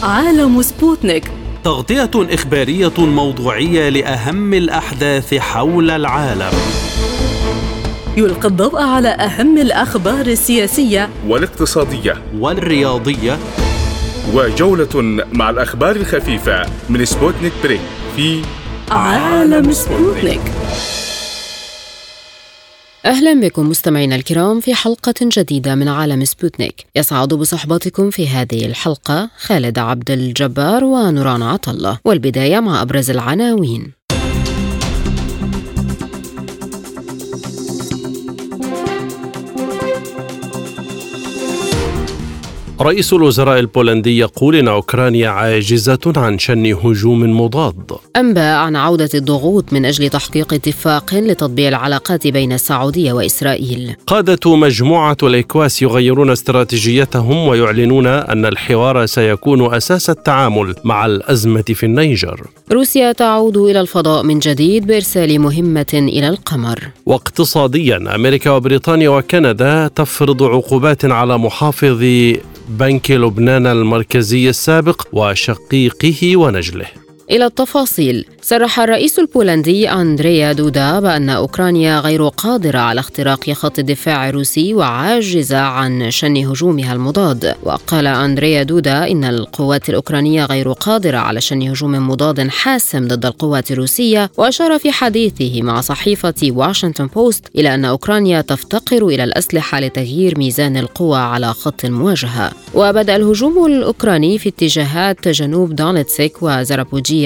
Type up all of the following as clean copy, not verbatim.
عالم سبوتنيك، تغطية إخبارية موضوعية لأهم الأحداث حول العالم. يلقي الضوء على أهم الأخبار السياسية والاقتصادية والرياضية، وجولة مع الأخبار الخفيفة من سبوتنيك بريك في عالم سبوتنيك. أهلا بكم مستمعينا الكرام في حلقة جديدة من عالم سبوتنيك. يسعد بصحبتكم في هذه الحلقة خالد عبد الجبار ونوران عطلة، والبداية مع أبرز العناوين. رئيس الوزراء البولندي يقول إن أوكرانيا عاجزة عن شن هجوم مضاد. أنباء عن عودة الضغوط من أجل تحقيق اتفاق لتطبيع العلاقات بين السعودية وإسرائيل. قادة مجموعة الإكواس يغيرون استراتيجيتهم ويعلنون أن الحوار سيكون أساس التعامل مع الأزمة في النيجر. روسيا تعود إلى الفضاء من جديد بإرسال مهمة إلى القمر. واقتصاديا، أمريكا وبريطانيا وكندا تفرض عقوبات على محافظ بنك لبنان المركزي السابق وشقيقه ونجله. إلى التفاصيل. صرح الرئيس البولندي أندريا دودا بأن أوكرانيا غير قادرة على اختراق خط الدفاع الروسي وعاجزة عن شن هجومها المضاد. وقال أندريا دودا إن القوات الأوكرانية غير قادرة على شن هجوم مضاد حاسم ضد القوات الروسية. وأشار في حديثه مع صحيفة واشنطن بوست إلى أن أوكرانيا تفتقر إلى الأسلحة لتغيير ميزان القوى على خط المواجهة. وبدأ الهجوم الأوكراني في اتجاهات جنوب دونيتسك وزرابوجيا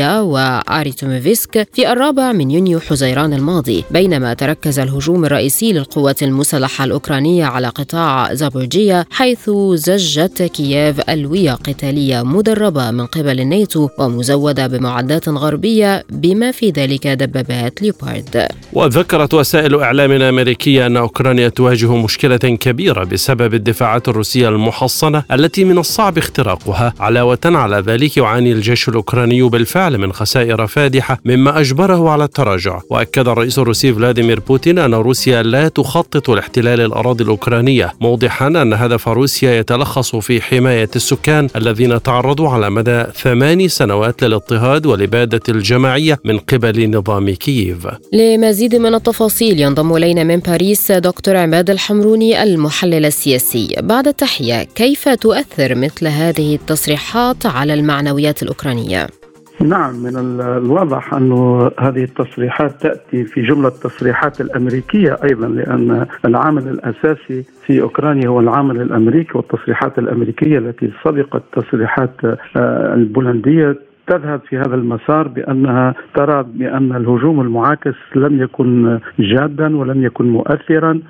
وآريتوميفسك في 4 من يونيو حزيران الماضي، بينما تركز الهجوم الرئيسي للقوات المسلحة الأوكرانية على قطاع زابورجيا، حيث زجت كييف ألوية قتالية مدربة من قبل الناتو ومزودة بمعدات غربية بما في ذلك دبابات ليوبارد. وذكرت وسائل إعلام أمريكية أن أوكرانيا تواجه مشكلة كبيرة بسبب الدفاعات الروسية المحصنة التي من الصعب اختراقها. علاوة على ذلك، يعاني الجيش الأوكراني بالفعل من خسائر فادحة مما أجبره على التراجع. وأكد الرئيس الروسي فلاديمير بوتين أن روسيا لا تخطط لاحتلال الأراضي الأوكرانية، موضحا أن هدف روسيا يتلخص في حماية السكان الذين تعرضوا على مدى 8 سنوات للاضطهاد والإبادة الجماعية من قبل نظام كييف. لمزيد من التفاصيل ينضم إلينا من باريس دكتور عماد الحمروني المحلل السياسي. بعد التحية، كيف تؤثر مثل هذه التصريحات على المعنويات الأوكرانية؟ نعم، من الواضح أن هذه التصريحات تأتي في جملة التصريحات الأمريكية أيضا، لأن العامل الأساسي في أوكرانيا هو العامل الأمريكي، والتصريحات الأمريكية التي سبقت التصريحات البولندية تذهب في هذا المسار، بأنها ترى بأن الهجوم المعاكس لم يكن جادا ولم يكن مؤثرا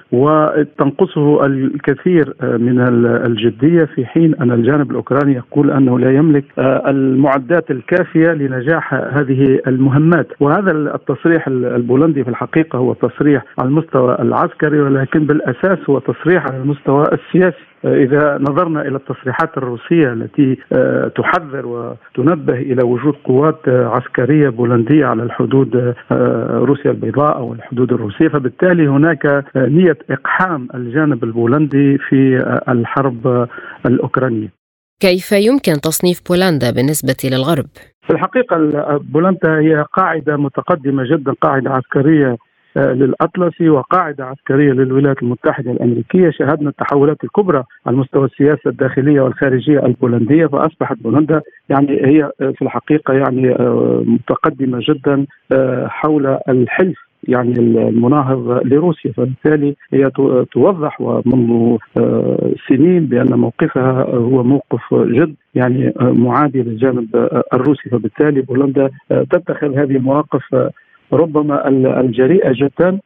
وتنقصه الكثير من الجدية، في حين أن الجانب الأوكراني يقول أنه لا يملك المعدات الكافية لنجاح هذه المهمات. وهذا التصريح البولندي في الحقيقة هو تصريح على المستوى العسكري، ولكن بالأساس هو تصريح على المستوى السياسي. إذا نظرنا إلى التصريحات الروسية التي تحذر وتنبه إلى وجود قوات عسكرية بولندية على الحدود روسيا البيضاء أو الحدود الروسية، فبالتالي هناك نية إقحام الجانب البولندي في الحرب الأوكرانية. كيف يمكن تصنيف بولندا بالنسبة للغرب؟ في الحقيقة بولندا هي قاعدة متقدمة جدا، قاعدة عسكرية للأطلسي وقاعدة عسكرية للولايات المتحدة الأمريكية. شاهدنا التحولات الكبرى على مستوى السياسة الداخلية والخارجية البولندية، فأصبحت بولندا هي في الحقيقة متقدمة جدا حول الحلف المناهض لروسيا. فبالتالي هي توضح ومنذ سنين بأن موقفها هو موقف جد معادي للجانب الروسي. فبالتالي بولندا تتخذ هذه المواقف ربما الجريئة جدا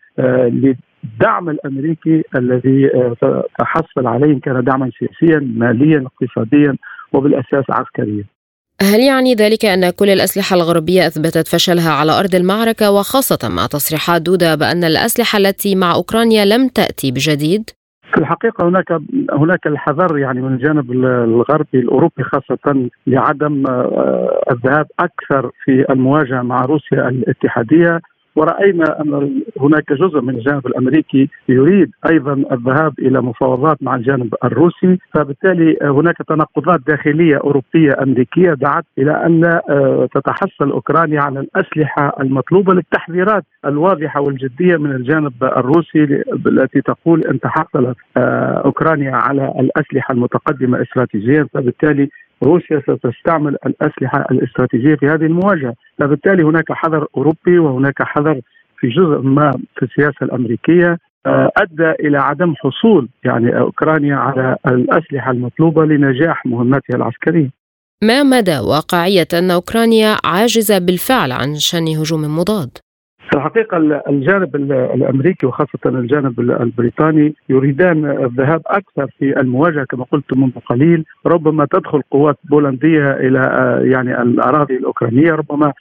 للدعم الأمريكي الذي تحصل عليه، كان دعما سياسيا ماليا اقتصاديا وبالأساس عسكريا. هل يعني ذلك أن كل الأسلحة الغربية أثبتت فشلها على أرض المعركة، وخاصة مع تصريحات دودا بأن الأسلحة التي مع أوكرانيا لم تأتي بجديد؟ في الحقيقة هناك الحذر من الجانب الغربي الأوروبي خاصة لعدم الذهاب أكثر في المواجهة مع روسيا الاتحادية، ورأينا أن هناك جزء من الجانب الأمريكي يريد أيضا الذهاب إلى مفاوضات مع الجانب الروسي، فبالتالي هناك تناقضات داخلية أوروبية أمريكية دعت إلى أن لا تتحصل أوكرانيا على الأسلحة المطلوبة للتحذيرات الواضحة والجدية من الجانب الروسي التي تقول أن تحصلت أوكرانيا على الأسلحة المتقدمة استراتيجيا، فبالتالي روسيا ستستعمل الأسلحة الاستراتيجية في هذه المواجهة. فبالتالي هناك حذر أوروبي وهناك حذر في جزء ما في السياسة الأمريكية أدى إلى عدم حصول أوكرانيا على الأسلحة المطلوبة لنجاح مهمتها العسكرية. ما مدى واقعية أن أوكرانيا عاجزة بالفعل عن شن هجوم مضاد؟ في الحقيقة الجانب الأمريكي وخاصة الجانب البريطاني يريدان الذهاب أكثر في المواجهة كما قلت منذ قليل. ربما تدخل قوات بولندية إلى الأراضي الأوكرانية، ربما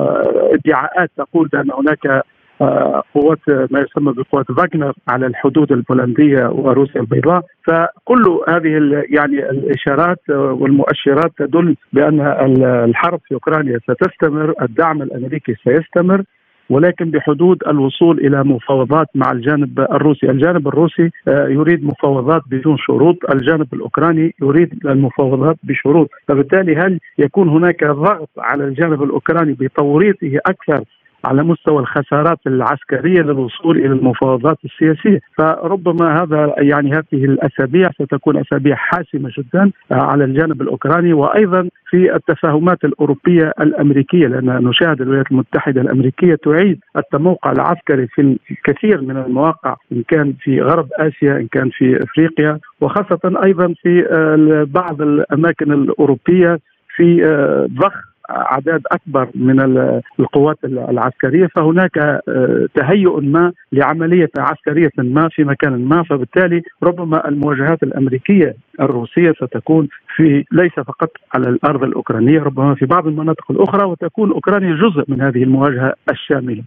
ادعاءات تقول بأن هناك قوات ما يسمى بقوات فاغنر على الحدود البولندية وروسيا البيضاء. فكل هذه الإشارات والمؤشرات تدل بأن الحرب في أوكرانيا ستستمر، الدعم الأمريكي سيستمر، ولكن بحدود الوصول إلى مفاوضات مع الجانب الروسي. الجانب الروسي يريد مفاوضات بدون شروط، الجانب الأوكراني يريد المفاوضات بشروط. فبالتالي هل يكون هناك ضغط على الجانب الأوكراني بتوريطه أكثر على مستوى الخسارات العسكرية للوصول إلى المفاوضات السياسية؟ فربما هذه الأسابيع ستكون أسابيع حاسمة جدا على الجانب الأوكراني، وأيضا في التفاهمات الأوروبية الأمريكية، لأن نشاهد الولايات المتحدة الأمريكية تعيد التموقع العسكري في الكثير من المواقع، إن كان في غرب آسيا إن كان في أفريقيا، وخاصة أيضا في بعض الأماكن الأوروبية في ضخ أعداد أكبر من القوات العسكرية. فهناك تهيؤ ما لعملية عسكرية ما في مكان ما. فبالتالي ربما المواجهات الأمريكية الروسية ستكون ليس فقط على الأرض الأوكرانية، ربما في بعض المناطق الأخرى، وتكون أوكرانيا جزء من هذه المواجهة الشاملة.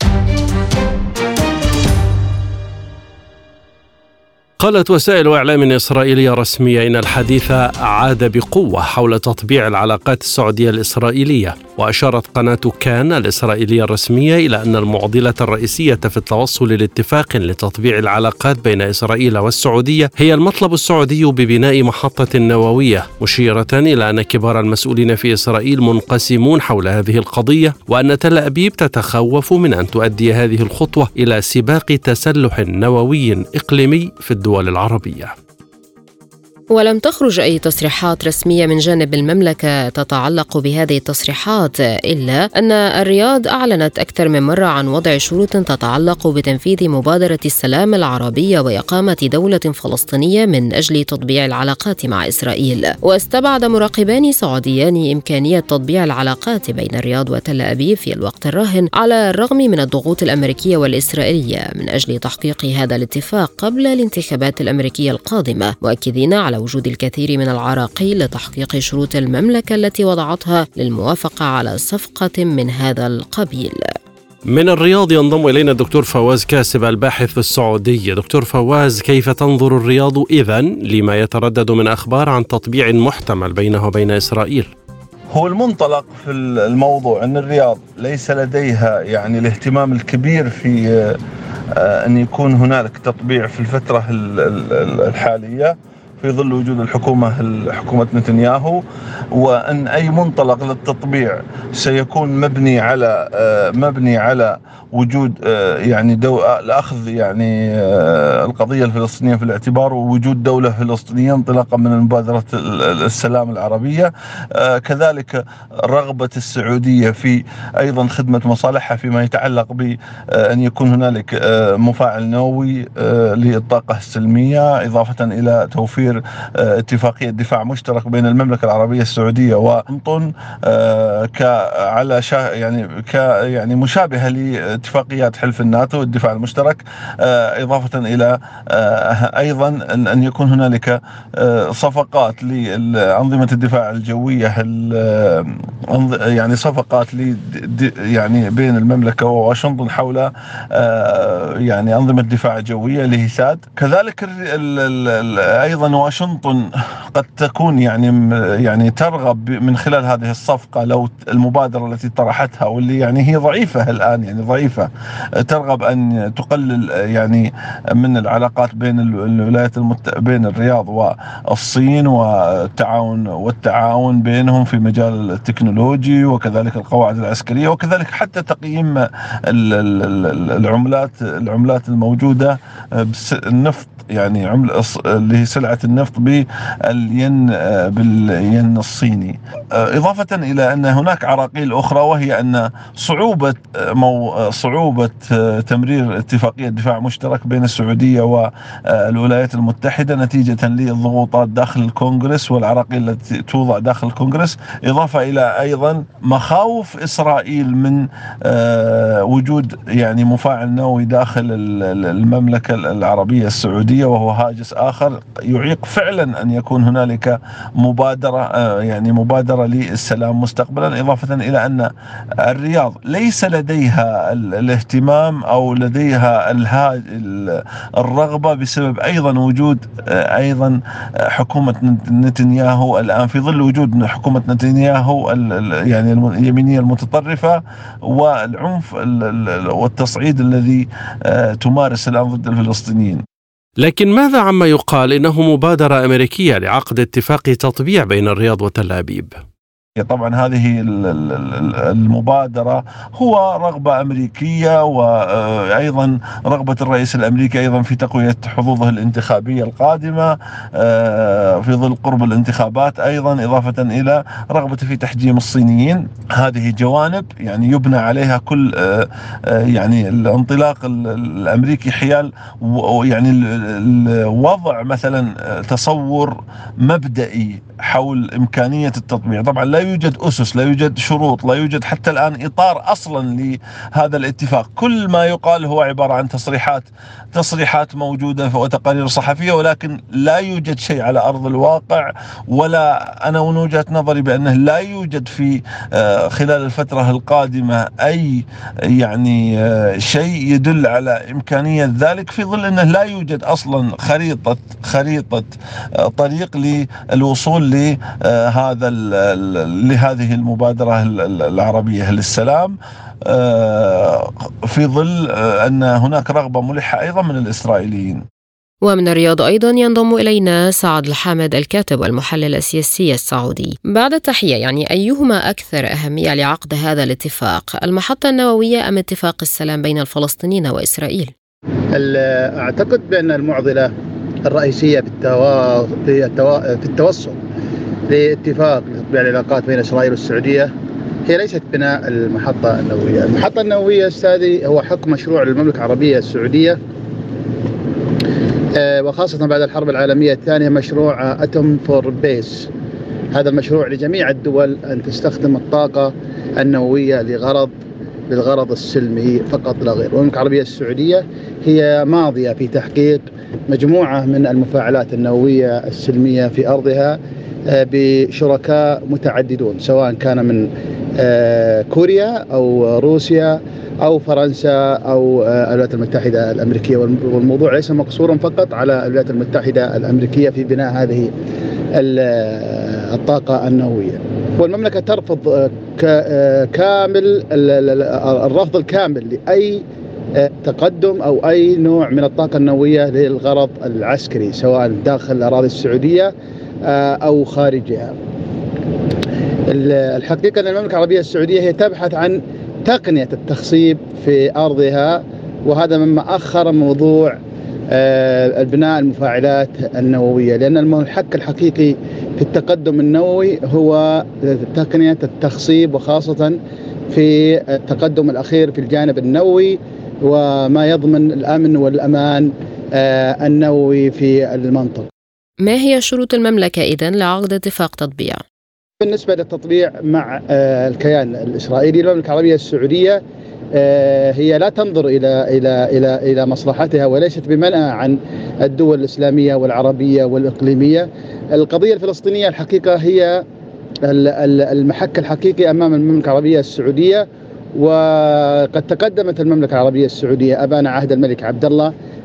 قالت وسائل إعلام إسرائيلية رسمية إن الحديث عاد بقوة حول تطبيع العلاقات السعودية الإسرائيلية، وأشارت قناة كان الإسرائيلية الرسمية إلى أن المعضلة الرئيسية في التوصل لاتفاق لتطبيع العلاقات بين إسرائيل والسعودية هي المطلب السعودي ببناء محطة نووية، مشيرة إلى أن كبار المسؤولين في إسرائيل منقسمون حول هذه القضية، وأن تل أبيب تتخوف من أن تؤدي هذه الخطوة إلى سباق تسلح نووي إقليمي في الدول العربية. ولم تخرج أي تصريحات رسمية من جانب المملكة تتعلق بهذه التصريحات، إلا أن الرياض أعلنت أكثر من مرة عن وضع شروط تتعلق بتنفيذ مبادرة السلام العربية وإقامة دولة فلسطينية من أجل تطبيع العلاقات مع إسرائيل. واستبعد مراقبان سعوديان إمكانية تطبيع العلاقات بين الرياض وتل أبيب في الوقت الراهن، على الرغم من الضغوط الأمريكية والإسرائيلية من أجل تحقيق هذا الاتفاق قبل الانتخابات الأمريكية القادمة، مؤكدين على وجود الكثير من العراقيل لتحقيق شروط المملكة التي وضعتها للموافقة على صفقة من هذا القبيل. من الرياض ينضم إلينا الدكتور فواز كاسب الباحث السعودي. دكتور فواز، كيف تنظر الرياض إذن لما يتردد من أخبار عن تطبيع محتمل بينه وبين إسرائيل؟ هو المنطلق في الموضوع أن الرياض ليس لديها الاهتمام الكبير في أن يكون هنالك تطبيع في الفترة الحالية في ظل وجود حكومة نتنياهو، وأن أي منطلق للتطبيع سيكون مبني على وجود الأخذ القضية الفلسطينية في الاعتبار، ووجود دولة فلسطينية انطلاقا من مبادرة السلام العربية. كذلك رغبة السعودية في أيضا خدمة مصالحها فيما يتعلق بأن يكون هنالك مفاعل نووي للطاقة السلمية، إضافة إلى توفير اتفاقية دفاع مشترك بين المملكة العربية السعودية وأنطون مشابهة لاتفاقيات حلف الناتو الدفاع المشترك، إضافة إلى أيضا أن يكون هنالك صفقات لأنظمة الدفاع الجوية، صفقات بين المملكة وواشنطن حول أنظمة الدفاع الجوية لهساد. كذلك أيضا واشنطن قد تكون يعني ترغب من خلال هذه الصفقة، لو المبادرة التي طرحتها واللي يعني هي ضعيفة الآن، يعني ضعيفة، ترغب أن تقلل يعني من العلاقات بين الولايات بين الرياض والصين والتعاون بينهم في مجال التكنولوجي وكذلك القواعد العسكرية وكذلك حتى تقييم العملات الموجودة بالنفط، يعني اللي هي سلعة النفط بالين الصيني. إضافة إلى أن هناك عراقيل أخرى، وهي أن صعوبة تمرير اتفاقية دفاع مشترك بين السعودية والولايات المتحدة نتيجة للضغوطات داخل الكونغرس والعراقيل التي توضع داخل الكونغرس، إضافة إلى أيضا مخاوف إسرائيل من وجود يعني مفاعل نووي داخل المملكة العربية السعودية، وهو هاجس آخر يعيق فعلا أن يكون هنالك مبادرة للسلام مستقبلا. إضافة إلى أن الرياض ليس لديها الاهتمام أو لديها الرغبة بسبب أيضا وجود حكومة نتنياهو الآن، في ظل وجود حكومة نتنياهو يعني اليمينية المتطرفة والعنف والتصعيد الذي تمارس الآن ضد الفلسطينيين. لكن ماذا عما يقال إنه مبادرة أمريكية لعقد اتفاق تطبيع بين الرياض وتل أبيب؟ طبعا هذه المبادرة هو رغبة أمريكية، وأيضا رغبة الرئيس الأمريكي أيضا في تقوية حظوظه الانتخابية القادمة في ظل قرب الانتخابات، أيضا إضافة إلى رغبته في تحجيم الصينيين. هذه جوانب يعني يبنى عليها كل يعني الانطلاق الأمريكي حيال يعني وضع مثلا تصور مبدئي حول إمكانية التطبيع. طبعا لا يوجد أسس، لا يوجد شروط، لا يوجد حتى الآن إطار أصلا لهذا الاتفاق. كل ما يقال هو عبارة عن تصريحات موجودة وتقارير صحفية، ولكن لا يوجد شيء على أرض الواقع. ولا أنا من وجهة نظري بأنه لا يوجد في خلال الفترة القادمة أي يعني شيء يدل على إمكانية ذلك، في ظل أنه لا يوجد أصلا خريطة طريق للوصول لهذه المبادرة العربية للسلام، في ظل أن هناك رغبة ملحة أيضا من الإسرائيليين. ومن الرياض أيضا ينضم إلينا سعد الحامد الكاتب والمحلل السياسي السعودي. بعد التحية، يعني أيهما أكثر أهمية لعقد هذا الاتفاق، المحطة النووية أم اتفاق السلام بين الفلسطينيين وإسرائيل؟ أعتقد بأن المعضلة الرئيسية في التوصل لاتفاق لتطبيع العلاقات بين إسرائيل والسعودية هي ليست بناء المحطة النووية. المحطة النووية أستاذي هو حق مشروع للمملكة العربية السعودية، وخاصة بعد الحرب العالمية الثانية مشروع أتوم فور بيس. هذا المشروع لجميع الدول أن تستخدم الطاقة النووية للغرض السلمي فقط لا غير. والمملكة العربية السعودية هي ماضية في تحقيق مجموعة من المفاعلات النووية السلمية في أرضها بشركاء متعددون، سواء كان من كوريا أو روسيا أو فرنسا أو الولايات المتحدة الأمريكية. والموضوع ليس مقصورا فقط على الولايات المتحدة الأمريكية في بناء هذه الطاقة النووية. والمملكة ترفض كامل الرفض الكامل لأي تقدم أو أي نوع من الطاقة النووية للغرض العسكري، سواء داخل الأراضي السعودية أو خارجها. الحقيقة أن المملكة العربية السعودية هي تبحث عن تقنية التخصيب في أرضها، وهذا مما أخر موضوع البناء المفاعلات النووية، لأن الحق الحقيقي في التقدم النووي هو تقنية التخصيب، وخاصة في التقدم الأخير في الجانب النووي وما يضمن الأمن والأمان النووي في المنطقة. ما هي شروط المملكة إذن لعقد اتفاق تطبيع؟ بالنسبة للتطبيع مع الكيان الإسرائيلي، المملكة العربية السعودية هي لا تنظر إلى مصلحتها وليست بمنأى عن الدول الإسلامية والعربية والإقليمية. القضية الفلسطينية الحقيقة هي المحك الحقيقي أمام المملكة العربية السعودية، وقد تقدمت المملكة العربية السعودية أبان عهد الملك عبد الله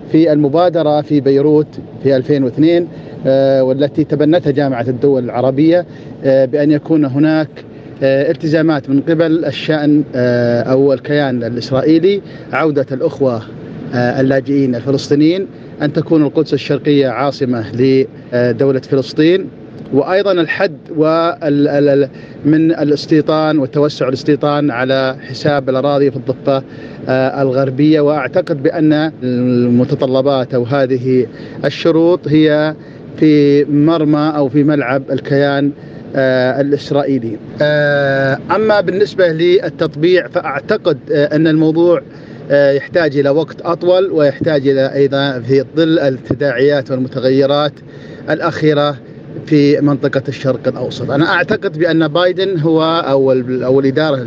في المبادرة في بيروت في 2002 والتي تبنتها جامعة الدول العربية بأن يكون هناك التزامات من قبل الشأن أو الكيان الإسرائيلي عودة الأخوة اللاجئين الفلسطينيين، أن تكون القدس الشرقية عاصمة لدولة فلسطين، وأيضا الحد من الاستيطان والتوسع الاستيطان على حساب الأراضي في الضفة الغربية. وأعتقد بأن المتطلبات أو هذه الشروط هي في مرمى أو في ملعب الكيان الإسرائيلي. أما بالنسبة للتطبيع فأعتقد أن الموضوع يحتاج إلى وقت أطول، ويحتاج إلى أيضا في ظل التداعيات والمتغيرات الأخيرة في منطقة الشرق الأوسط. أنا أعتقد بأن بايدن هو أو الإدارة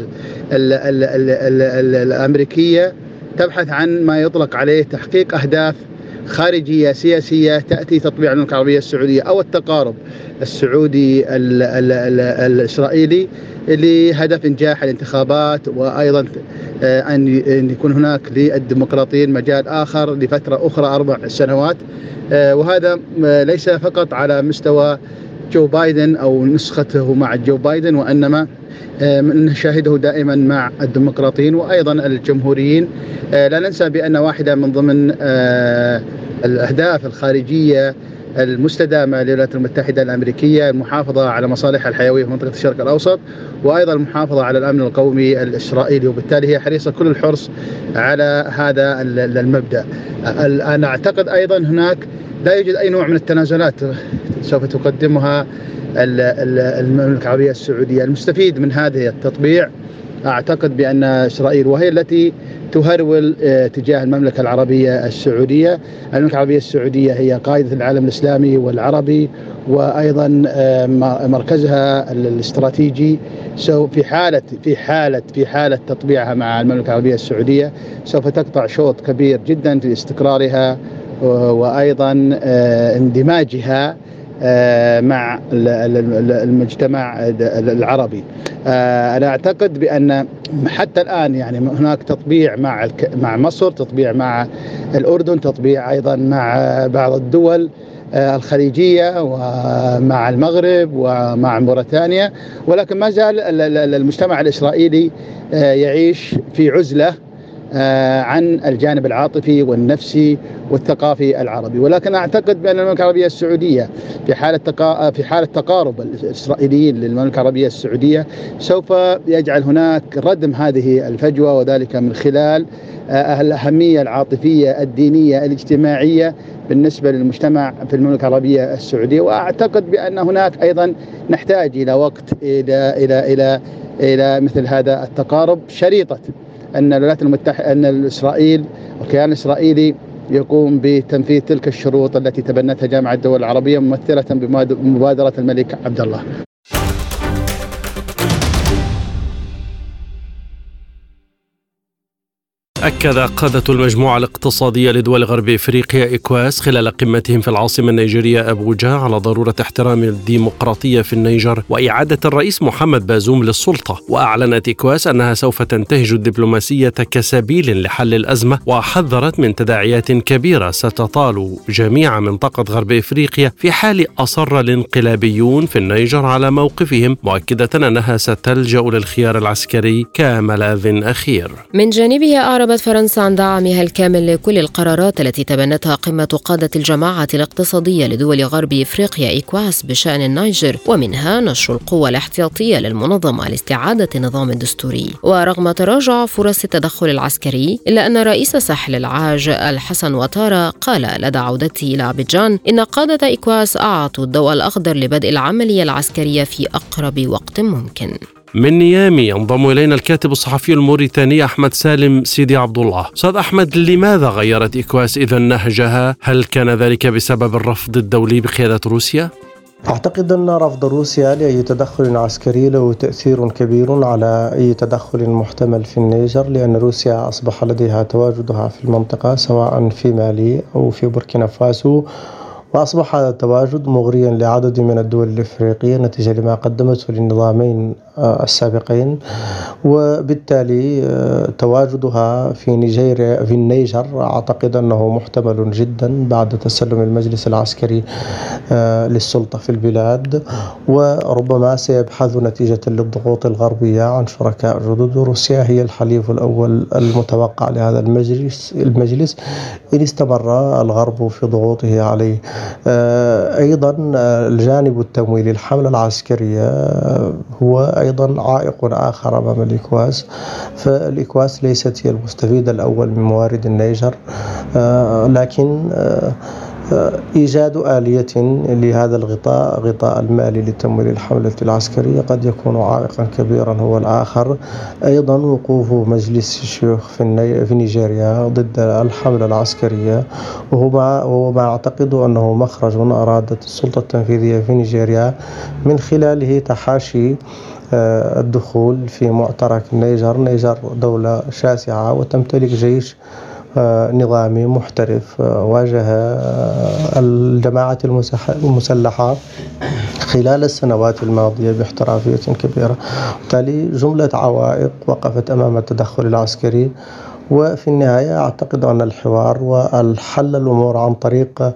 الأمريكية تبحث عن ما يطلق عليه تحقيق أهداف خارجية سياسية تأتي تطبيع المملكة العربية السعودية أو التقارب السعودي الإسرائيلي لهدف إنجاح الانتخابات، وأيضا أن يكون هناك للديمقراطيين مجال آخر لفترة أخرى 4 سنوات. وهذا ليس فقط على مستوى جو بايدن أو نسخته مع جو بايدن، وإنما نشاهده دائما مع الديمقراطيين وأيضا الجمهوريين. لا ننسى بأن واحدة من ضمن الأهداف الخارجية المستدامة للولايات المتحدة الأمريكية المحافظة على مصالحها الحيوية في منطقة الشرق الأوسط، وأيضا المحافظة على الأمن القومي الإسرائيلي، وبالتالي هي حريصة كل الحرص على هذا المبدأ. أنا أعتقد أيضا هناك لا يوجد أي نوع من التنازلات سوف تقدمها المملكة العربية السعودية. المستفيد من هذه التطبيع أعتقد بأن إسرائيل، وهي التي تهرول تجاه المملكة العربية السعودية. المملكة العربية السعودية هي قائدة العالم الإسلامي والعربي، وأيضا مركزها الاستراتيجي. في حالة تطبيعها مع المملكة العربية السعودية سوف تقطع شوط كبير جدا في استقرارها وأيضا اندماجها مع المجتمع العربي. أنا أعتقد بأن حتى الآن يعني هناك تطبيع مع مصر، تطبيع مع الأردن، تطبيع أيضا مع بعض الدول الخليجية ومع المغرب ومع موريتانيا، ولكن ما زال المجتمع الإسرائيلي يعيش في عزلة عن الجانب العاطفي والنفسي والثقافي العربي. ولكن أعتقد بأن المملكة العربية السعودية في حالة تقارب الإسرائيليين للمملكة العربية السعودية سوف يجعل هناك ردم هذه الفجوة، وذلك من خلال الأهمية العاطفية الدينية الاجتماعية بالنسبة للمجتمع في المملكة العربية السعودية. وأعتقد بأن هناك أيضا نحتاج إلى وقت إلى مثل هذا التقارب، شريطة أن الولايات المتحدة أن إسرائيل والكيان الإسرائيلي يقوم بتنفيذ تلك الشروط التي تبنتها جامعة الدول العربية ممثلة بمبادرة الملك عبد الله. أكد قادة المجموعة الاقتصادية لدول غرب إفريقيا إيكواس خلال قمتهم في العاصمة النيجيرية أبوجا على ضرورة احترام الديمقراطية في النيجر وإعادة الرئيس محمد بازوم للسلطة. وأعلنت إيكواس أنها سوف تنتهج الدبلوماسية كسبيل لحل الأزمة، وحذرت من تداعيات كبيرة ستطال جميع منطقة غرب إفريقيا في حال أصر الانقلابيون في النيجر على موقفهم، مؤكدة أنها ستلجأ للخيار العسكري كملاذ أخير. من جانبها أعربت فرنسا عن دعمها الكامل لكل القرارات التي تبنتها قمة قادة الجماعة الاقتصادية لدول غرب إفريقيا إيكواس بشأن النيجر، ومنها نشر القوة الاحتياطية للمنظمة لاستعادة النظام الدستوري. ورغم تراجع فرص التدخل العسكري، إلا أن رئيس ساحل العاج الحسن وتارا قال لدى عودته إلى أبيجان إن قادة إيكواس أعطوا الضوء الأخضر لبدء العملية العسكرية في أقرب وقت ممكن. من نيامي ينضم إلينا الكاتب الصحفي الموريتاني أحمد سالم سيدي عبد الله. أستاذ أحمد، لماذا غيرت إيكواس إذا نهجها؟ هل كان ذلك بسبب الرفض الدولي بقيادة روسيا؟ أعتقد أن رفض روسيا لأي تدخل عسكري له تأثير كبير على أي تدخل محتمل في النيجر، لأن روسيا أصبح لديها تواجدها في المنطقة سواء في مالي أو في بوركينا فاسو، وأصبح هذا التواجد مغريا لعدد من الدول الإفريقية نتيجة لما قدمته للنظامين السابقين، وبالتالي تواجدها في النيجر أعتقد أنه محتمل جدا بعد تسلم المجلس العسكري للسلطة في البلاد، وربما سيبحث نتيجة للضغوط الغربية عن شركاء جدد. روسيا هي الحليف الأول المتوقع لهذا المجلس إن استمر الغرب في ضغوطه عليه. أيضا الجانب التمويلي، الحملة العسكرية هو أيضا عائق آخر أمام الإكواس، فالإكواس ليست هي المستفيد الأول من موارد النيجر، لكن إيجاد آلية لهذا غطاء المالي لتمويل الحملة العسكرية قد يكون عائقا كبيرا هو الآخر. أيضا وقوف مجلس الشيوخ في نيجيريا ضد الحملة العسكرية، وهو ما أعتقد أنه مخرج أرادت السلطة التنفيذية في نيجيريا من خلاله تحاشي الدخول في معترك النيجر دولة شاسعة وتمتلك جيش نظامي محترف واجه الجماعة المسلحة خلال السنوات الماضية باحترافية كبيرة. بالتالي جملة عوائق وقفت أمام التدخل العسكري، وفي النهاية أعتقد أن الحوار والحل الأمور عن طريق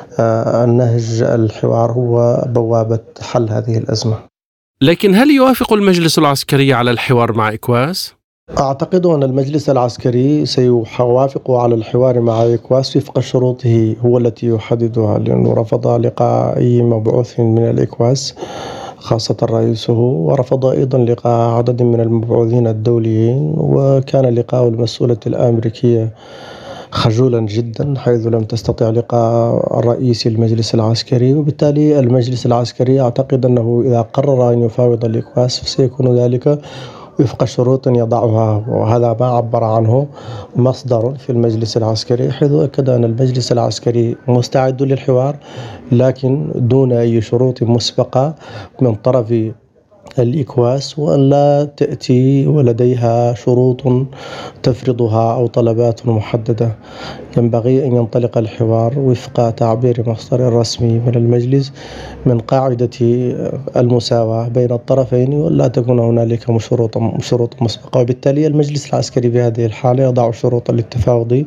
النهج الحوار هو بوابة حل هذه الأزمة. لكن هل يوافق المجلس العسكري على الحوار مع إكواس؟ أعتقد أن المجلس العسكري سيوافق على الحوار مع إكواس وفق شروطه هو التي يحددها، لأنه رفض لقاء أي مبعوث من الإكواس خاصة رئيسه، ورفض أيضا لقاء عدد من المبعوثين الدوليين، وكان لقاء المسؤولة الأمريكية خجولا جدا حيث لم تستطع لقاء رئيس المجلس العسكري. وبالتالي المجلس العسكري أعتقد أنه إذا قرر أن يفاوض الإكواس سيكون ذلك وفق شروط يضعها، وهذا ما عبر عنه مصدر في المجلس العسكري، حيث أكد أن المجلس العسكري مستعد للحوار لكن دون أي شروط مسبقة من طرف الإكواس، وأن لا تأتي ولديها شروط تفرضها أو طلبات محددة. ينبغي أن ينطلق الحوار وفق تعبير مصدر رسمي من المجلس من قاعدة المساواة بين الطرفين، ولا تكون هنالك شروط مسبقة. وبالتالي المجلس العسكري في هذه الحالة يضع شروطا للتفاوض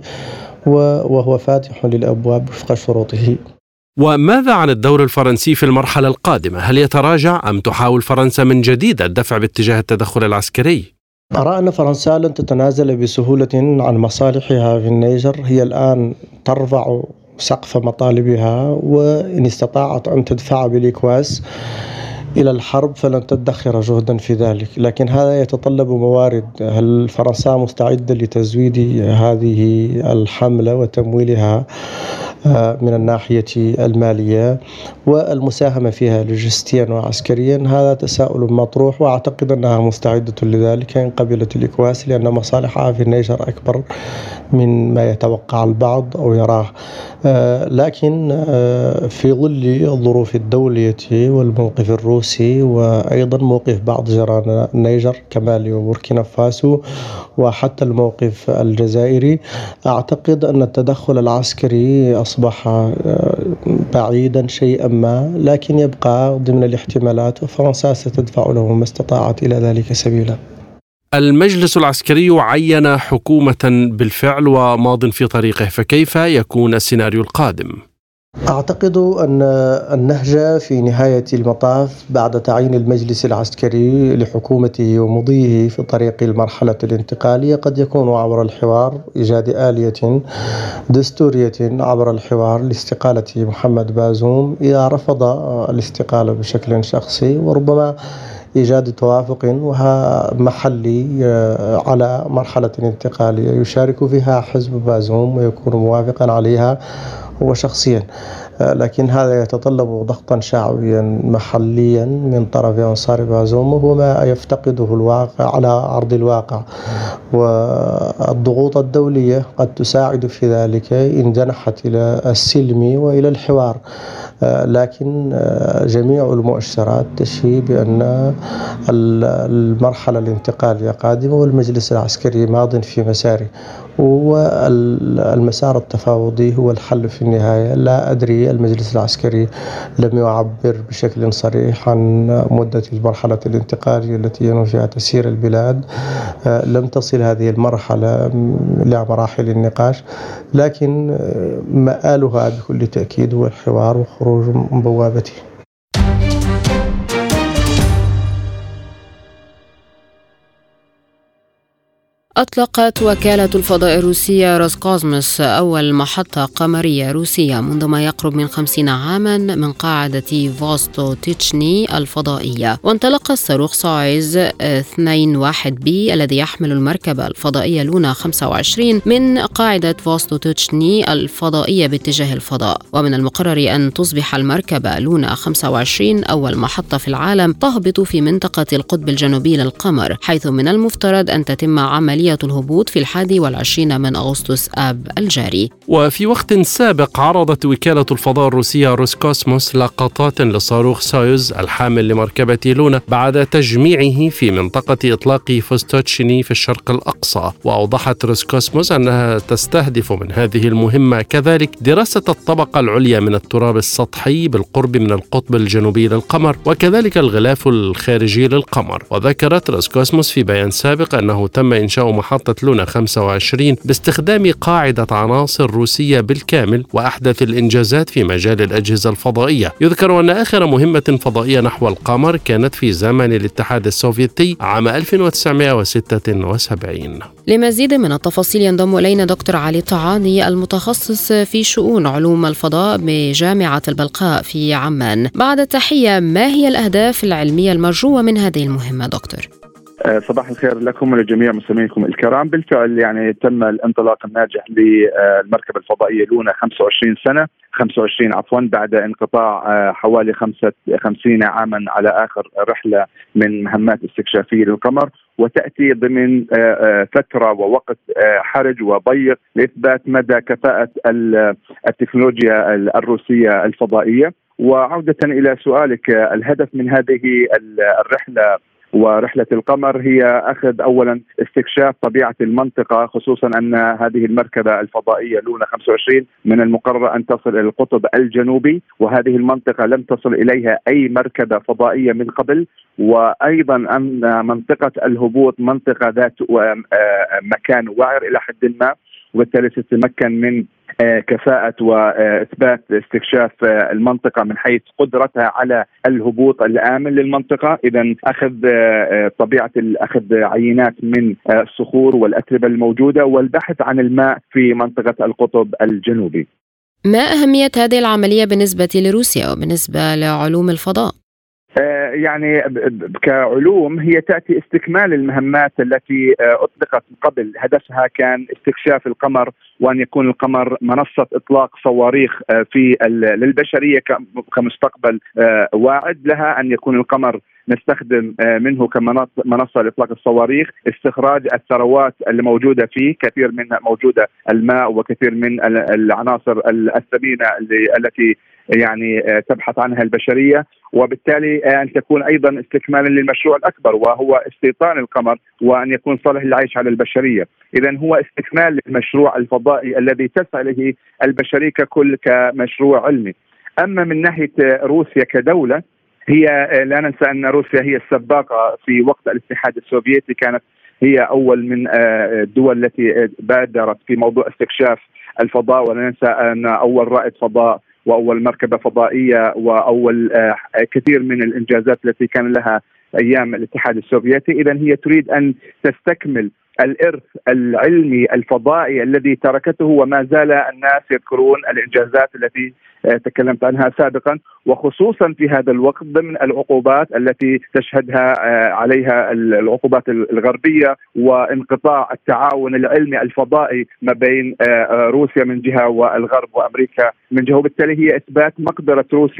وهو فاتح للأبواب وفق شروطه. وماذا عن الدور الفرنسي في المرحلة القادمة؟ هل يتراجع أم تحاول فرنسا من جديد الدفع باتجاه التدخل العسكري؟ أرى أن فرنسا لن تتنازل بسهولة عن مصالحها في النيجر. هي الآن ترفع سقف مطالبها، وإن استطاعت أن تدفع بالإكواس إلى الحرب فلن تدخر جهدا في ذلك، لكن هذا يتطلب موارد. هل فرنسا مستعدة لتزويد هذه الحملة وتمويلها من الناحية المالية والمساهمة فيها لوجستيا وعسكريا؟ هذا تساؤل مطروح، وأعتقد أنها مستعدة لذلك إن قبلت الإكواس، لأن مصالحها في النيجر أكبر من ما يتوقع البعض أو يراه. لكن في ظل الظروف الدولية والموقف الروسي وأيضا موقف بعض جيران النيجر كمالي وبوركينا فاسو وحتى الموقف الجزائري، أعتقد أن التدخل العسكري أصبح بعيدا شيئا ما، لكن يبقى ضمن الاحتمالات، وفرنسا ستدفع له ما استطاعت إلى ذلك سبيلا. المجلس العسكري عين حكومة بالفعل وماض في طريقه، فكيف يكون السيناريو القادم؟ أعتقد أن النهج في نهاية المطاف بعد تعيين المجلس العسكري لحكومته ومضيه في طريق المرحلة الانتقالية قد يكون عبر الحوار، إيجاد آلية دستورية عبر الحوار لاستقالة محمد بازوم إذا رفض الاستقالة بشكل شخصي، وربما إيجاد توافق محلي على مرحلة انتقالية يشارك فيها حزب بازوم ويكون موافقا عليها هو شخصيا، لكن هذا يتطلب ضغطا شعبيا محليا من طرف أنصار بازوم، وهو ما يفتقده الواقع على أرض الواقع، والضغوط الدولية قد تساعد في ذلك إن جنحت إلى السلم وإلى الحوار، لكن جميع المؤشرات تشير بأن المرحلة الانتقالية قادمة والمجلس العسكري ماض في مساره، والمسار التفاوضي هو الحل في النهاية. لا أدري، المجلس العسكري لم يعبر بشكل صريح عن مدة مرحلة الانتقال التي ينوي فيها تسيير البلاد. لم تصل هذه المرحلة إلى مراحل النقاش، لكن مآلها بكل تأكيد هو الحوار وخروج من بوابته. أطلقت وكالة الفضاء الروسية روسكوزموس أول محطة قمرية روسية منذ ما يقرب من 50 عاما من قاعدة فوستوتشني الفضائية. وانطلق الصاروخ سويوز 21B الذي يحمل المركبة الفضائية لونا 25 من قاعدة فوستوتشني الفضائية باتجاه الفضاء. ومن المقرر أن تصبح المركبة لونا 25 أول محطة في العالم تهبط في منطقة القطب الجنوبي للقمر، حيث من المفترض أن تتم عملية الهبوط في 21 من أغسطس آب الجاري. وفي وقت سابق عرضت وكالة الفضاء الروسية روسكوسموس لقطات لصاروخ سويوز الحامل لمركبة لونا بعد تجميعه في منطقة إطلاق فوستوتشني في الشرق الأقصى. وأوضحت روسكوسموس أنها تستهدف من هذه المهمة كذلك دراسة الطبقة العليا من التراب السطحي بالقرب من القطب الجنوبي للقمر وكذلك الغلاف الخارجي للقمر. وذكرت روسكوسموس في بيان سابق أنه تم إنشاء محطة لونا 25 باستخدام قاعدة عناصر روسية بالكامل وأحدث الإنجازات في مجال الأجهزة الفضائية. يذكر أن آخر مهمة فضائية نحو القمر كانت في زمن الاتحاد السوفيتي عام 1976. لمزيد من التفاصيل ينضم إلينا دكتور علي طعاني المتخصص في شؤون علوم الفضاء بجامعة البلقاء في عمان. بعد تحية، ما هي الأهداف العلمية المرجوة من هذه المهمة دكتور؟ صباح الخير لكم ولجميع مستمعيكم الكرام. بالفعل تم الانطلاق الناجح للمركبة الفضائية لونا 25 بعد انقطاع حوالي 50 عاما على آخر رحلة من مهمات استكشافية للقمر، وتأتي ضمن فترة ووقت حرج وضيق لإثبات مدى كفاءة التكنولوجيا الروسية الفضائية. وعودة إلى سؤالك، الهدف من هذه الرحلة ورحلة القمر هي أخذ أولا استكشاف طبيعة المنطقة، خصوصا أن هذه المركبة الفضائية لونا 25 من المقرر أن تصل إلى القطب الجنوبي، وهذه المنطقة لم تصل إليها أي مركبة فضائية من قبل. وأيضا أن منطقة الهبوط منطقة ذات مكان وعر إلى حد ما، وبالتالي ستتمكن من كفاءة وإثبات استكشاف المنطقة من حيث قدرتها على الهبوط الآمن للمنطقة. إذن أخذ طبيعة أخذ عينات من الصخور والأتربة الموجودة والبحث عن الماء في منطقة القطب الجنوبي. ما أهمية هذه العملية بالنسبة لروسيا وبالنسبة لعلوم الفضاء؟ كعلوم هي تأتي استكمال المهمات التي أطلقت قبل. هدفها كان استكشاف القمر، وأن يكون القمر منصة إطلاق صواريخ للبشرية كمستقبل واعد لها، أن يكون القمر نستخدم منه كمنصة لإطلاق الصواريخ، استخراج الثروات اللي موجودة فيه، كثير منها موجودة الماء وكثير من العناصر الثمينة التي تبحث عنها البشرية، وبالتالي أن تكون أيضا استكمالا للمشروع الأكبر وهو استيطان القمر وأن يكون صالح للعيش على البشرية. إذن هو استكمال للمشروع الفضائي الذي تسعى له البشرية ككل كمشروع علمي. أما من ناحية روسيا كدولة، هي لا ننسى أن روسيا هي السباقة في وقت الاتحاد السوفيتي، كانت هي أول من الدول التي بادرت في موضوع استكشاف الفضاء، ولا ننسى أن أول رائد فضاء وأول مركبة فضائية وأول كثير من الإنجازات التي كان لها أيام الاتحاد السوفيتي. إذن هي تريد أن تستكمل الإرث العلمي الفضائي الذي تركته، وما زال الناس يذكرون الإنجازات التي تكلمت عنها سابقا، وخصوصا في هذا الوقت ضمن العقوبات التي تشهدها عليها العقوبات الغربية وانقطاع التعاون العلمي الفضائي ما بين روسيا من جهة والغرب وأمريكا من جهة. وبالتالي هي إثبات مقدرة روسيا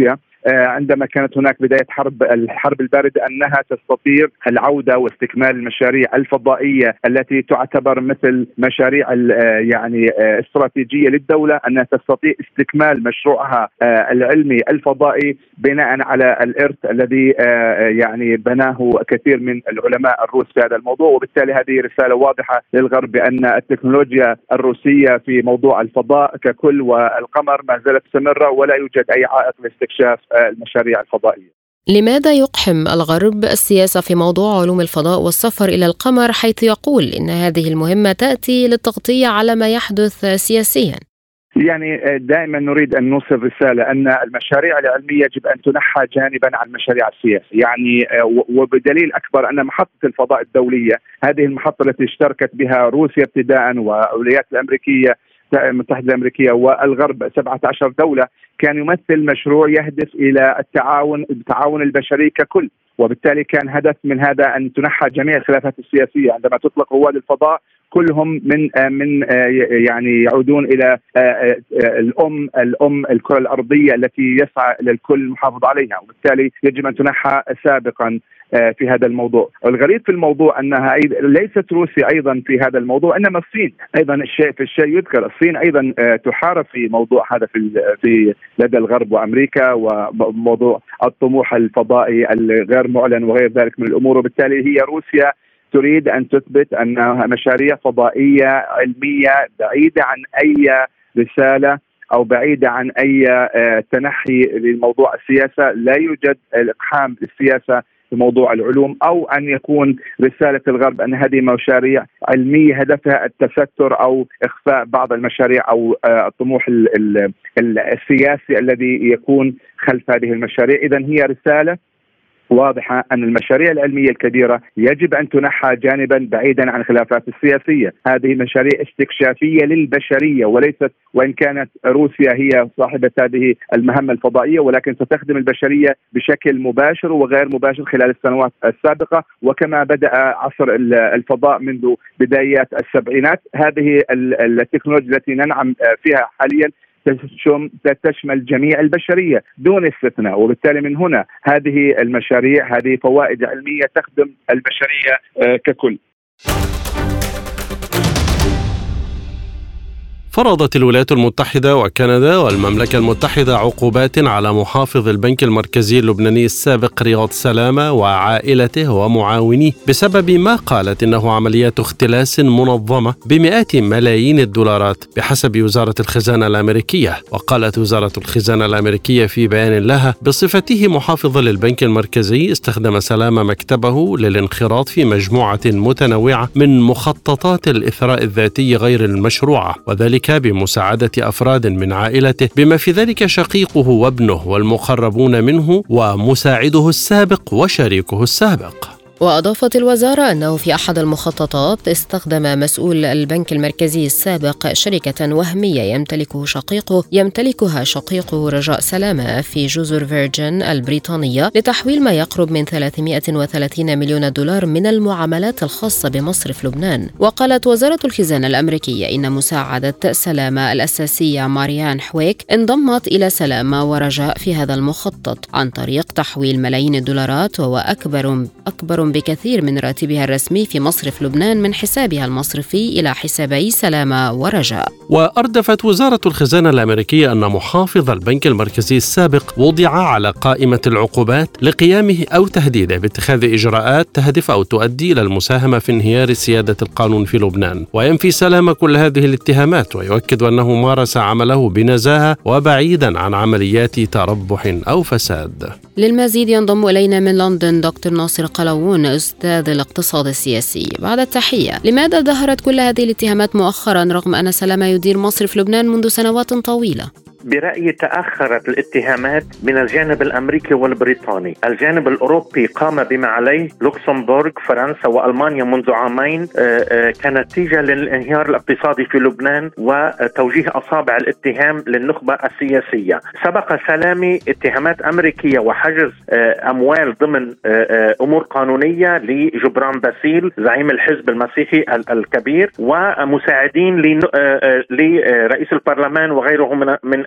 عندما كانت هناك بداية الحرب الباردة أنها تستطيع العودة واستكمال المشاريع الفضائية التي تعتبر مثل مشاريع يعني استراتيجية للدولة، أنها تستطيع استكمال مشروعها العلمي الفضائي بناء على الإرث الذي يعني بناه كثير من العلماء الروس في هذا الموضوع. وبالتالي هذه رسالة واضحة للغرب بأن التكنولوجيا الروسية في موضوع الفضاء ككل والقمر ما زالت مستمرة ولا يوجد أي عائق لاستكشاف المشاريع الفضائية. لماذا يقحم الغرب السياسة في موضوع علوم الفضاء والسفر إلى القمر، حيث يقول إن هذه المهمة تأتي للتغطية على ما يحدث سياسيا؟ يعني دائما نريد أن نوصل رسالة أن المشاريع العلمية يجب أن تنحى جانبا عن المشاريع السياسية، يعني وبدليل أكبر أن محطة الفضاء الدولية هذه المحطة التي اشتركت بها روسيا ابتداء والولايات الأمريكية المتحدة الأمريكية والغرب 17 دولة، كان يمثل مشروع يهدف إلى التعاون البشري ككل. وبالتالي كان هدف من هذا أن تنحى جميع الخلافات السياسية. عندما تطلق رواد الفضاء كلهم من يعني يعودون إلى الأم الكرة الأرضية التي يسعى للكل المحافظة عليها، وبالتالي يجب أن تنحى سابقا في هذا الموضوع. والغريب في الموضوع أنها ليست روسيا أيضا في هذا الموضوع، إنما الصين أيضا. الشيء يذكر الصين أيضا تحارب في موضوع هذا في لدى الغرب وأمريكا، وموضوع الطموح الفضائي الغير معلن وغير ذلك من الأمور. وبالتالي هي روسيا تريد أن تثبت أنها مشاريع فضائية علمية بعيدة عن أي رسالة أو بعيدة عن أي تنحي لموضوع السياسة. لا يوجد الإقحام للسياسة في موضوع العلوم، أو أن يكون رسالة الغرب أن هذه مشاريع علمية هدفها التستر أو إخفاء بعض المشاريع أو الطموح السياسي الذي يكون خلف هذه المشاريع. إذن هي رسالة واضحة أن المشاريع العلمية الكبيرة يجب أن تنحى جانبا بعيدا عن الخلافات السياسية. هذه مشاريع استكشافية للبشرية وليست، وإن كانت روسيا هي صاحبة هذه المهمة الفضائية، ولكن ستخدم البشرية بشكل مباشر وغير مباشر خلال السنوات السابقة. وكما بدأ عصر الفضاء منذ بدايات السبعينات، هذه التكنولوجيا التي ننعم فيها حاليا تشمل جميع البشرية دون استثناء. وبالتالي من هنا هذه المشاريع هذه فوائد علمية تخدم البشرية ككل. فرضت الولايات المتحدة وكندا والمملكة المتحدة عقوبات على محافظ البنك المركزي اللبناني السابق رياض سلامة وعائلته ومعاونيه بسبب ما قالت إنه عمليات اختلاس منظمة بمئات ملايين الدولارات بحسب وزارة الخزانة الأمريكية. وقالت وزارة الخزانة الأمريكية في بيان لها بصفته محافظ للبنك المركزي استخدم سلامة مكتبه للانخراط في مجموعة متنوعة من مخططات الإثراء الذاتي غير المشروعة، وذلك بمساعدة أفراد من عائلته بما في ذلك شقيقه وابنه والمقربون منه ومساعده السابق وشريكه السابق. وأضافت الوزارة أنه في أحد المخططات استخدم مسؤول البنك المركزي السابق شركة وهمية يمتلكها شقيقه رجاء سلامة في جزر فيرجن البريطانية لتحويل ما يقرب من 330 مليون دولار من المعاملات الخاصة بمصرف لبنان. وقالت وزارة الخزانة الأمريكية إن مساعدة سلامة الأساسية ماريان حويك انضمت إلى سلامة ورجاء في هذا المخطط عن طريق تحويل ملايين الدولارات، وهو أكبر بكثير من راتبها الرسمي في مصرف لبنان من حسابها المصرفي إلى حسابي سلامة ورجاء. وأردفت وزارة الخزانة الأمريكية أن محافظ البنك المركزي السابق وضع على قائمة العقوبات لقيامه أو تهديده باتخاذ إجراءات تهدف أو تؤدي إلى المساهمة في انهيار سيادة القانون في لبنان. وينفي سلامة كل هذه الاتهامات ويؤكد أنه مارس عمله بنزاهة وبعيدا عن عمليات تربح أو فساد. للمزيد ينضم إلينا من لندن دكتور ناصر قلاوون أستاذ الاقتصاد السياسي. بعد التحية، لماذا ظهرت كل هذه الاتهامات مؤخرا رغم أن سلامة يدير مصرف لبنان منذ سنوات طويلة؟ برأيي تأخرت الاتهامات من الجانب الأمريكي والبريطاني. الجانب الأوروبي قام بما عليه لوكسمبورغ، فرنسا وألمانيا منذ عامين كنتيجة للانهيار الاقتصادي في لبنان وتوجيه أصابع الاتهام للنخبة السياسية. سبق سلامي اتهامات أمريكية وحجز أموال ضمن أمور قانونية لجبران باسيل زعيم الحزب المسيحي الكبير ومساعدين لرئيس البرلمان وغيره من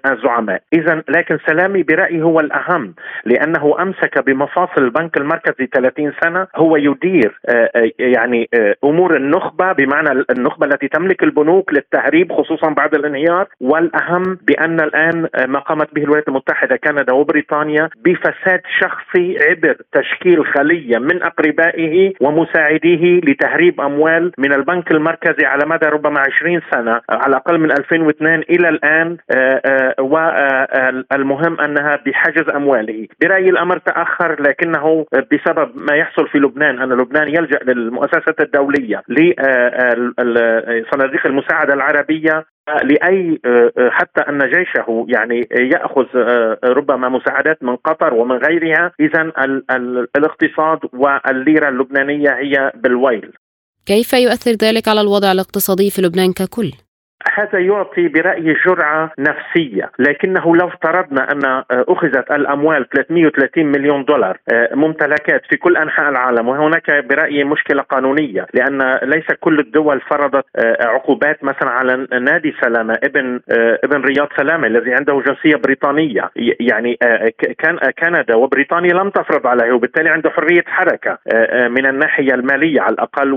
الزعماء. إذن لكن سلامي برأيي هو الأهم، لأنه أمسك بمفاصل البنك المركزي 30 سنة. هو يدير يعني أمور النخبة، بمعنى النخبة التي تملك البنوك للتهريب خصوصا بعد الانهيار. والأهم بأن الآن ما قامت به الولايات المتحدة، كندا وبريطانيا بفساد شخصي عبر تشكيل خلية من أقربائه ومساعديه لتهريب أموال من البنك المركزي على مدى ربما 20 سنة، على الأقل من 2002 إلى الآن. والمهم أنها بحجز أمواله. برأيي الأمر تأخر، لكنه بسبب ما يحصل في لبنان، أن لبنان يلجأ للمؤسسة الدولية لصناديق المساعدة العربية لأي حتى أن جيشه يعني يأخذ ربما مساعدات من قطر ومن غيرها. إذن الاقتصاد والليرة اللبنانية هي بالويل. كيف يؤثر ذلك على الوضع الاقتصادي في لبنان ككل؟ هذا يعطي برأيي جرعة نفسية، لكنه لو افترضنا أن أخذت الأموال 330 مليون دولار ممتلكات في كل أنحاء العالم، وهناك برأيي مشكلة قانونية، لأن ليس كل الدول فرضت عقوبات مثلا على نادي سلامة ابن رياض سلامة الذي عنده جنسية بريطانية. يعني كندا وبريطانيا لم تفرض عليه، وبالتالي عنده حرية حركة من الناحية المالية على الأقل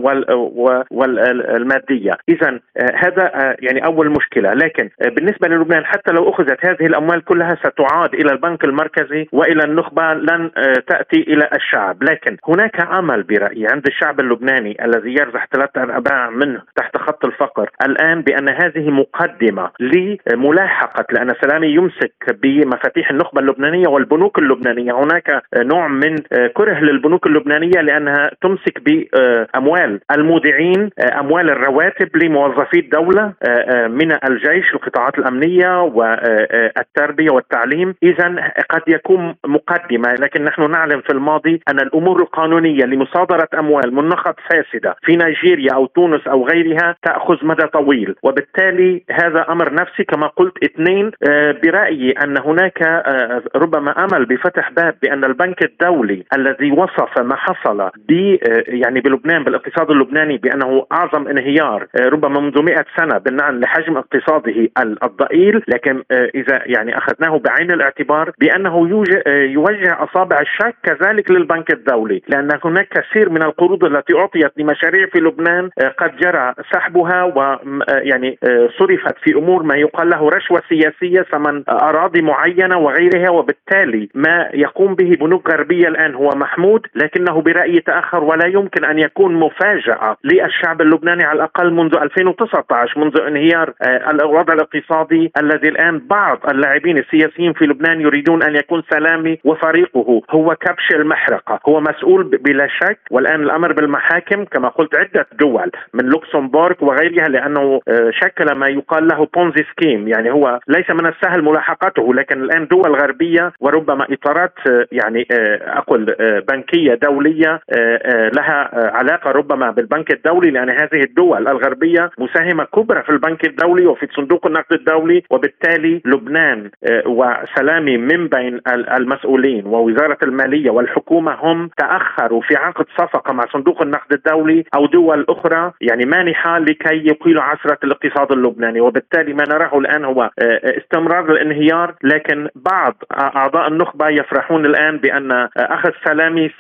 والمادية. إذن هذا يعني أول مشكلة. لكن بالنسبة للبنان حتى لو أخذت هذه الأموال كلها ستعاد إلى البنك المركزي وإلى النخبة، لن تأتي إلى الشعب. لكن هناك عمل برأيي عند الشعب اللبناني الذي يرزح 3/4 منه تحت خط الفقر الآن، بأن هذه مقدمة لملاحقة، لأن سلامي يمسك بمفاتيح النخبة اللبنانية والبنوك اللبنانية. هناك نوع من كره للبنوك اللبنانية لأنها تمسك بأموال المودعين، أموال الرواتب لموظفي الدولة من الجيش، القطاعات الأمنية والتربية والتعليم. إذن قد يكون مقدمة، لكن نحن نعلم في الماضي أن الأمور القانونية لمصادرة أموال من نخب فاسدة في نيجيريا أو تونس أو غيرها تأخذ مدى طويل، وبالتالي هذا أمر نفسي كما قلت. 2، برأيي أن هناك ربما أمل بفتح باب بأن البنك الدولي الذي وصف ما حصل يعني بلبنان بالاقتصاد اللبناني بأنه أعظم انهيار ربما منذ 100 سنة بالنسبة لحجم اقتصاده الضئيل، لكن إذا يعني أخذناه بعين الاعتبار بأنه يوجه أصابع الشك كذلك للبنك الدولي، لأن هناك كثير من القروض التي أعطيت لمشاريع في لبنان قد جرى سحبها ويعني صرفت في أمور ما يقال له رشوة سياسية، ثمن أراضي معينة وغيرها. وبالتالي ما يقوم به بنوك غربية الآن هو محمود، لكنه برأيي تأخر، ولا يمكن أن يكون مفاجأة للشعب اللبناني على الأقل منذ 2019، منذ انهيار الوضع الاقتصادي الذي الآن بعض اللاعبين السياسيين في لبنان يريدون أن يكون سلامي وفريقه هو كبش المحرقة. هو مسؤول بلا شك، والآن الأمر بالمحاكم كما قلت عدة دول من لوكسمبورغ وغيرها، لأنه شكل ما يقال له بونزي سكيم. يعني هو ليس من السهل ملاحقته، لكن الآن دول غربية وربما إطارات يعني أقول بنكية دولية لها علاقة ربما بالبنك الدولي، لأن هذه الدول الغربية مساهمة كبرى في البنك الدولي وفي صندوق النقد الدولي. وبالتالي لبنان وسلامي من بين المسؤولين ووزارة المالية والحكومة هم تأخروا في عقد صفقة مع صندوق النقد الدولي أو دول أخرى يعني مانحة لكي يقيلوا عثرة الاقتصاد اللبناني. وبالتالي ما نراه الآن هو استمرار الانهيار، لكن بعض أعضاء النخبة يفرحون الآن بأن أخذ سلامي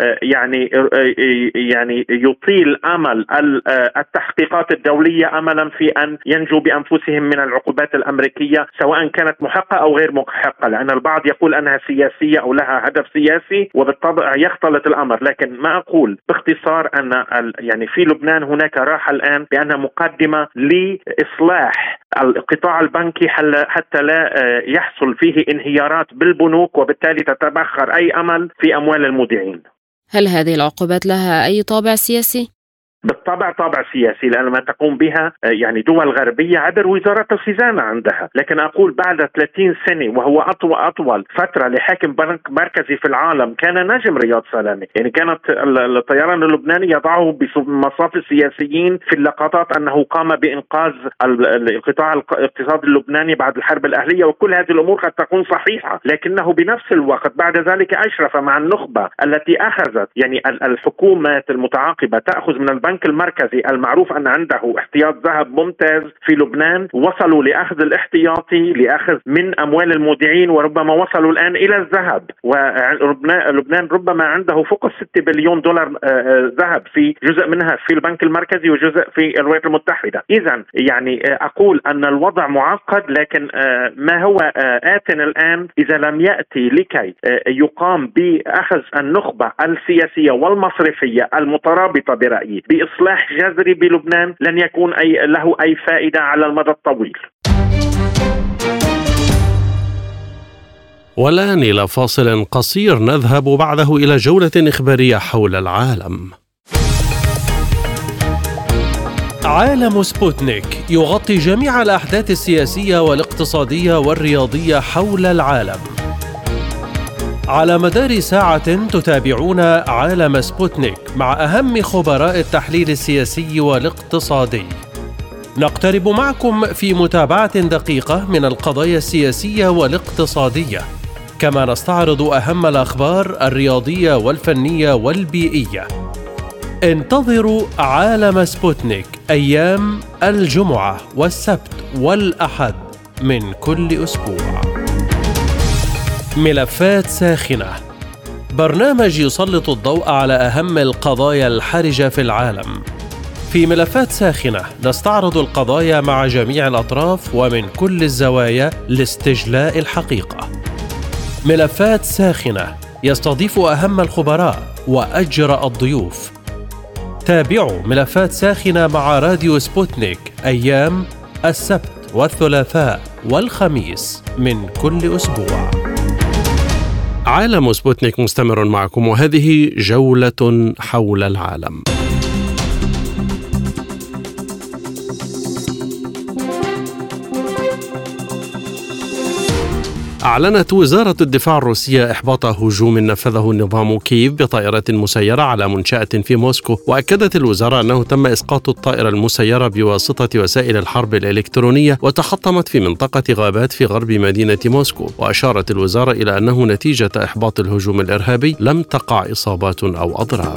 يعني يطيل أمل التحقيقات الدولية أملا في أن ينجو بأنفسهم من العقوبات الأمريكية، سواء كانت محقة أو غير محقة، لأن البعض يقول أنها سياسية أو لها هدف سياسي، وبالطبع يختلط الأمر. لكن ما أقول باختصار أن يعني في لبنان هناك راحة الآن بأنها مقدمة لإصلاح القطاع البنكي حتى لا يحصل فيه انهيارات بالبنوك، وبالتالي تتبخر أي أمل في أموال المودعين. هل هذه العقوبات لها أي طابع سياسي؟ بالطبع طابع سياسي، لأن ما تقوم بها يعني دول غربية عبر وزارة الخزانة عندها. لكن أقول بعد 30 سنة وهو أطول فترة لحاكم بنك مركزي في العالم كان نجم رياض سلامي، يعني كانت الطيران اللبناني يضعه بمصاف السياسيين في اللقطات أنه قام بإنقاذ القطاع الاقتصادي اللبناني بعد الحرب الأهلية، وكل هذه الأمور قد تكون صحيحة، لكنه بنفس الوقت بعد ذلك أشرف مع النخبة التي أخذت يعني الحكومات المتعاقبة تأخذ من البنك البنك المركزي المعروف أن عنده احتياط ذهب ممتاز في لبنان وصلوا لأخذ الاحتياطي لأخذ من أموال المودعين، وربما وصلوا الآن إلى الذهب. ولبنان ربما عنده فوق 6 بليون دولار ذهب، في جزء منها في البنك المركزي وجزء في الولايات المتحدة. إذن يعني أقول أن الوضع معقد، لكن ما هو آت الآن إذا لم يأتي لكي يقام بأخذ النخبة السياسية والمصرفية المترابطة برأيي بإصلاح جذري بلبنان، لن يكون له أي فائدة على المدى الطويل. والآن إلى فاصل قصير نذهب بعده إلى جولة إخبارية حول العالم. عالم سبوتنيك يغطي جميع الأحداث السياسية والاقتصادية والرياضية حول العالم. على مدار ساعة تتابعون عالم سبوتنيك مع أهم خبراء التحليل السياسي والاقتصادي. نقترب معكم في متابعة دقيقة من القضايا السياسية والاقتصادية، كما نستعرض أهم الأخبار الرياضية والفنية والبيئية. انتظروا عالم سبوتنيك أيام الجمعة والسبت والأحد من كل أسبوع. ملفات ساخنة، برنامج يسلط الضوء على أهم القضايا الحرجة في العالم. في ملفات ساخنة نستعرض القضايا مع جميع الأطراف ومن كل الزوايا لاستجلاء الحقيقة. ملفات ساخنة يستضيف أهم الخبراء وأجرأ الضيوف. تابعوا ملفات ساخنة مع راديو سبوتنيك أيام السبت والثلاثاء والخميس من كل أسبوع. عالم سبوتنيك مستمر معكم، وهذه جولة حول العالم. أعلنت وزارة الدفاع الروسية إحباط هجوم نفذه نظام كييف بطائرة مسيرة على منشأة في موسكو، وأكدت الوزارة أنه تم إسقاط الطائرة المسيرة بواسطة وسائل الحرب الإلكترونية وتحطمت في منطقة غابات في غرب مدينة موسكو. وأشارت الوزارة إلى أنه نتيجة إحباط الهجوم الإرهابي لم تقع إصابات أو أضرار.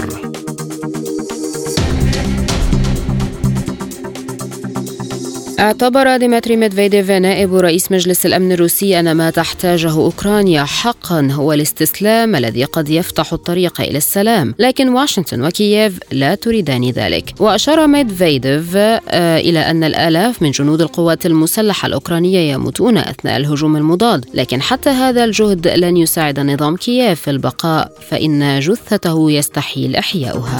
اعتبر ديمتري ميدفيديف نائب رئيس مجلس الأمن الروسي أن ما تحتاجه أوكرانيا حقا هو الاستسلام الذي قد يفتح الطريق إلى السلام، لكن واشنطن وكييف لا تريدان ذلك. وأشار ميدفيديف إلى أن الآلاف من جنود القوات المسلحة الأوكرانية يموتون أثناء الهجوم المضاد، لكن حتى هذا الجهد لن يساعد نظام كييف في البقاء، فإن جثته يستحيل إحياؤها.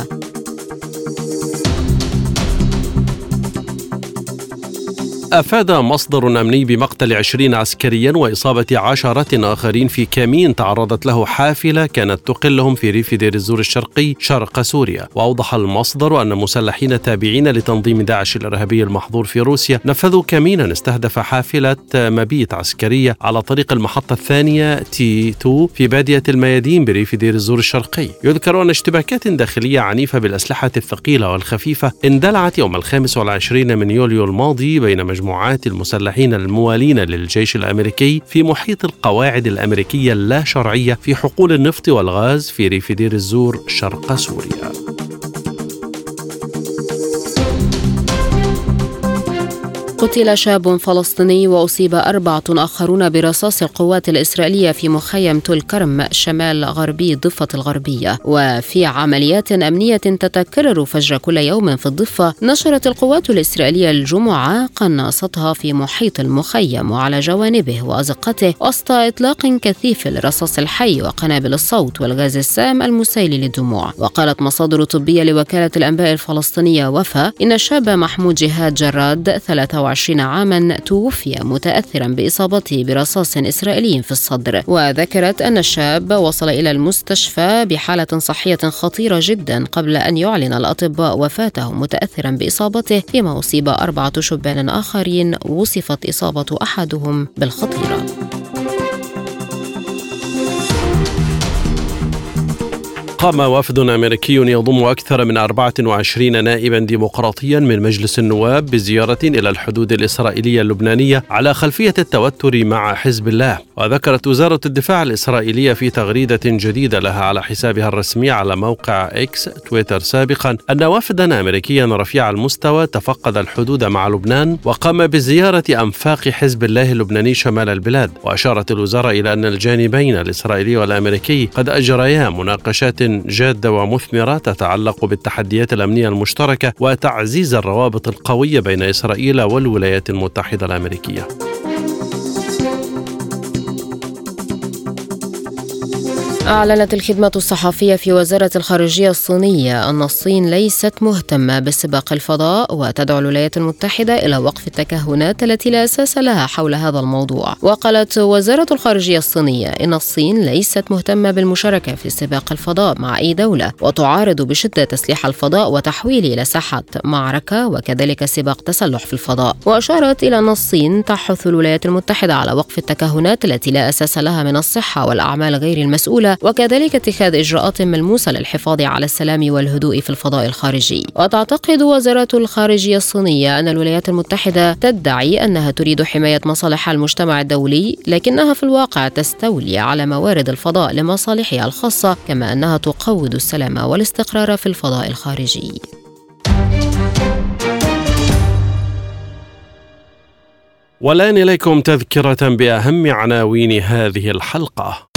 أفاد مصدر أمني بمقتل 20 عسكريا وإصابة 10 آخرين في كمين تعرضت له حافلة كانت تقلهم في ريف دير الزور الشرقي شرق سوريا. وأوضح المصدر أن مسلحين تابعين لتنظيم داعش الإرهابي المحظور في روسيا نفذوا كمينا استهدف حافلة مبيت عسكرية على طريق المحطة الثانية T2 في بادية الميادين بريف دير الزور الشرقي. يذكر أن اشتباكات داخلية عنيفة بالأسلحة الثقيلة والخفيفة اندلعت يوم 25 من يوليو الماضي بين مجموعات المسلحين الموالين للجيش الأمريكي في محيط القواعد الأمريكية اللا شرعية في حقول النفط والغاز في ريف دير الزور شرق سوريا. قتل شاب فلسطيني وأصيب 4 آخرون برصاص القوات الإسرائيلية في مخيم تل كرم شمال غربي الضفة الغربية. وفي عمليات أمنية تتكرر فجر كل يوم في الضفة، نشرت القوات الإسرائيلية الجمعة قناصتها في محيط المخيم وعلى جوانبه وأزقته وسط إطلاق كثيف للرصاص الحي وقنابل الصوت والغاز السام المسيل للدموع. وقالت مصادر طبية لوكالة الأنباء الفلسطينية وفا إن الشاب محمود جهاد جراد 23 عاما توفي متأثرا بإصابته برصاص إسرائيلي في الصدر. وذكرت أن الشاب وصل إلى المستشفى بحالة صحية خطيرة جدا قبل أن يعلن الأطباء وفاته متأثرا بإصابته، فيما أصيب 4 شبان آخرين وصفت إصابة أحدهم بالخطيرة. قام وفد أمريكي يضم أكثر من 24 نائبا ديمقراطيا من مجلس النواب بزيارة إلى الحدود الإسرائيلية اللبنانية على خلفية التوتر مع حزب الله. وذكرت وزارة الدفاع الإسرائيلية في تغريدة جديدة لها على حسابها الرسمي على موقع إكس تويتر سابقا أن وفدا أمريكيا رفيع المستوى تفقد الحدود مع لبنان وقام بزيارة أنفاق حزب الله اللبناني شمال البلاد. وأشارت الوزارة إلى أن الجانبين الإسرائيلي والأمريكي قد أجريا مناقشات جادة ومثمرة تتعلق بالتحديات الأمنية المشتركة وتعزيز الروابط القوية بين إسرائيل والولايات المتحدة الأمريكية. أعلنت الخدمة الصحفية في وزارة الخارجية الصينية أن الصين ليست مهتمة بسباق الفضاء وتدعو الولايات المتحدة إلى وقف التكهنات التي لا أساس لها حول هذا الموضوع. وقالت وزارة الخارجية الصينية إن الصين ليست مهتمة بالمشاركة في سباق الفضاء مع أي دولة وتعارض بشدة تسليح الفضاء وتحويله إلى ساحة معركة وكذلك سباق تسلح في الفضاء. وأشارت إلى أن الصين تحث الولايات المتحدة على وقف التكهنات التي لا أساس لها من الصحة والأعمال غير المسؤولة وكذلك اتخاذ إجراءات ملموسة للحفاظ على السلام والهدوء في الفضاء الخارجي. وتعتقد وزارة الخارجية الصينية أن الولايات المتحدة تدعي أنها تريد حماية مصالح المجتمع الدولي، لكنها في الواقع تستولي على موارد الفضاء لمصالحها الخاصة، كما أنها تقوض السلام والاستقرار في الفضاء الخارجي. والآن إليكم تذكرة بأهم عناوين هذه الحلقة.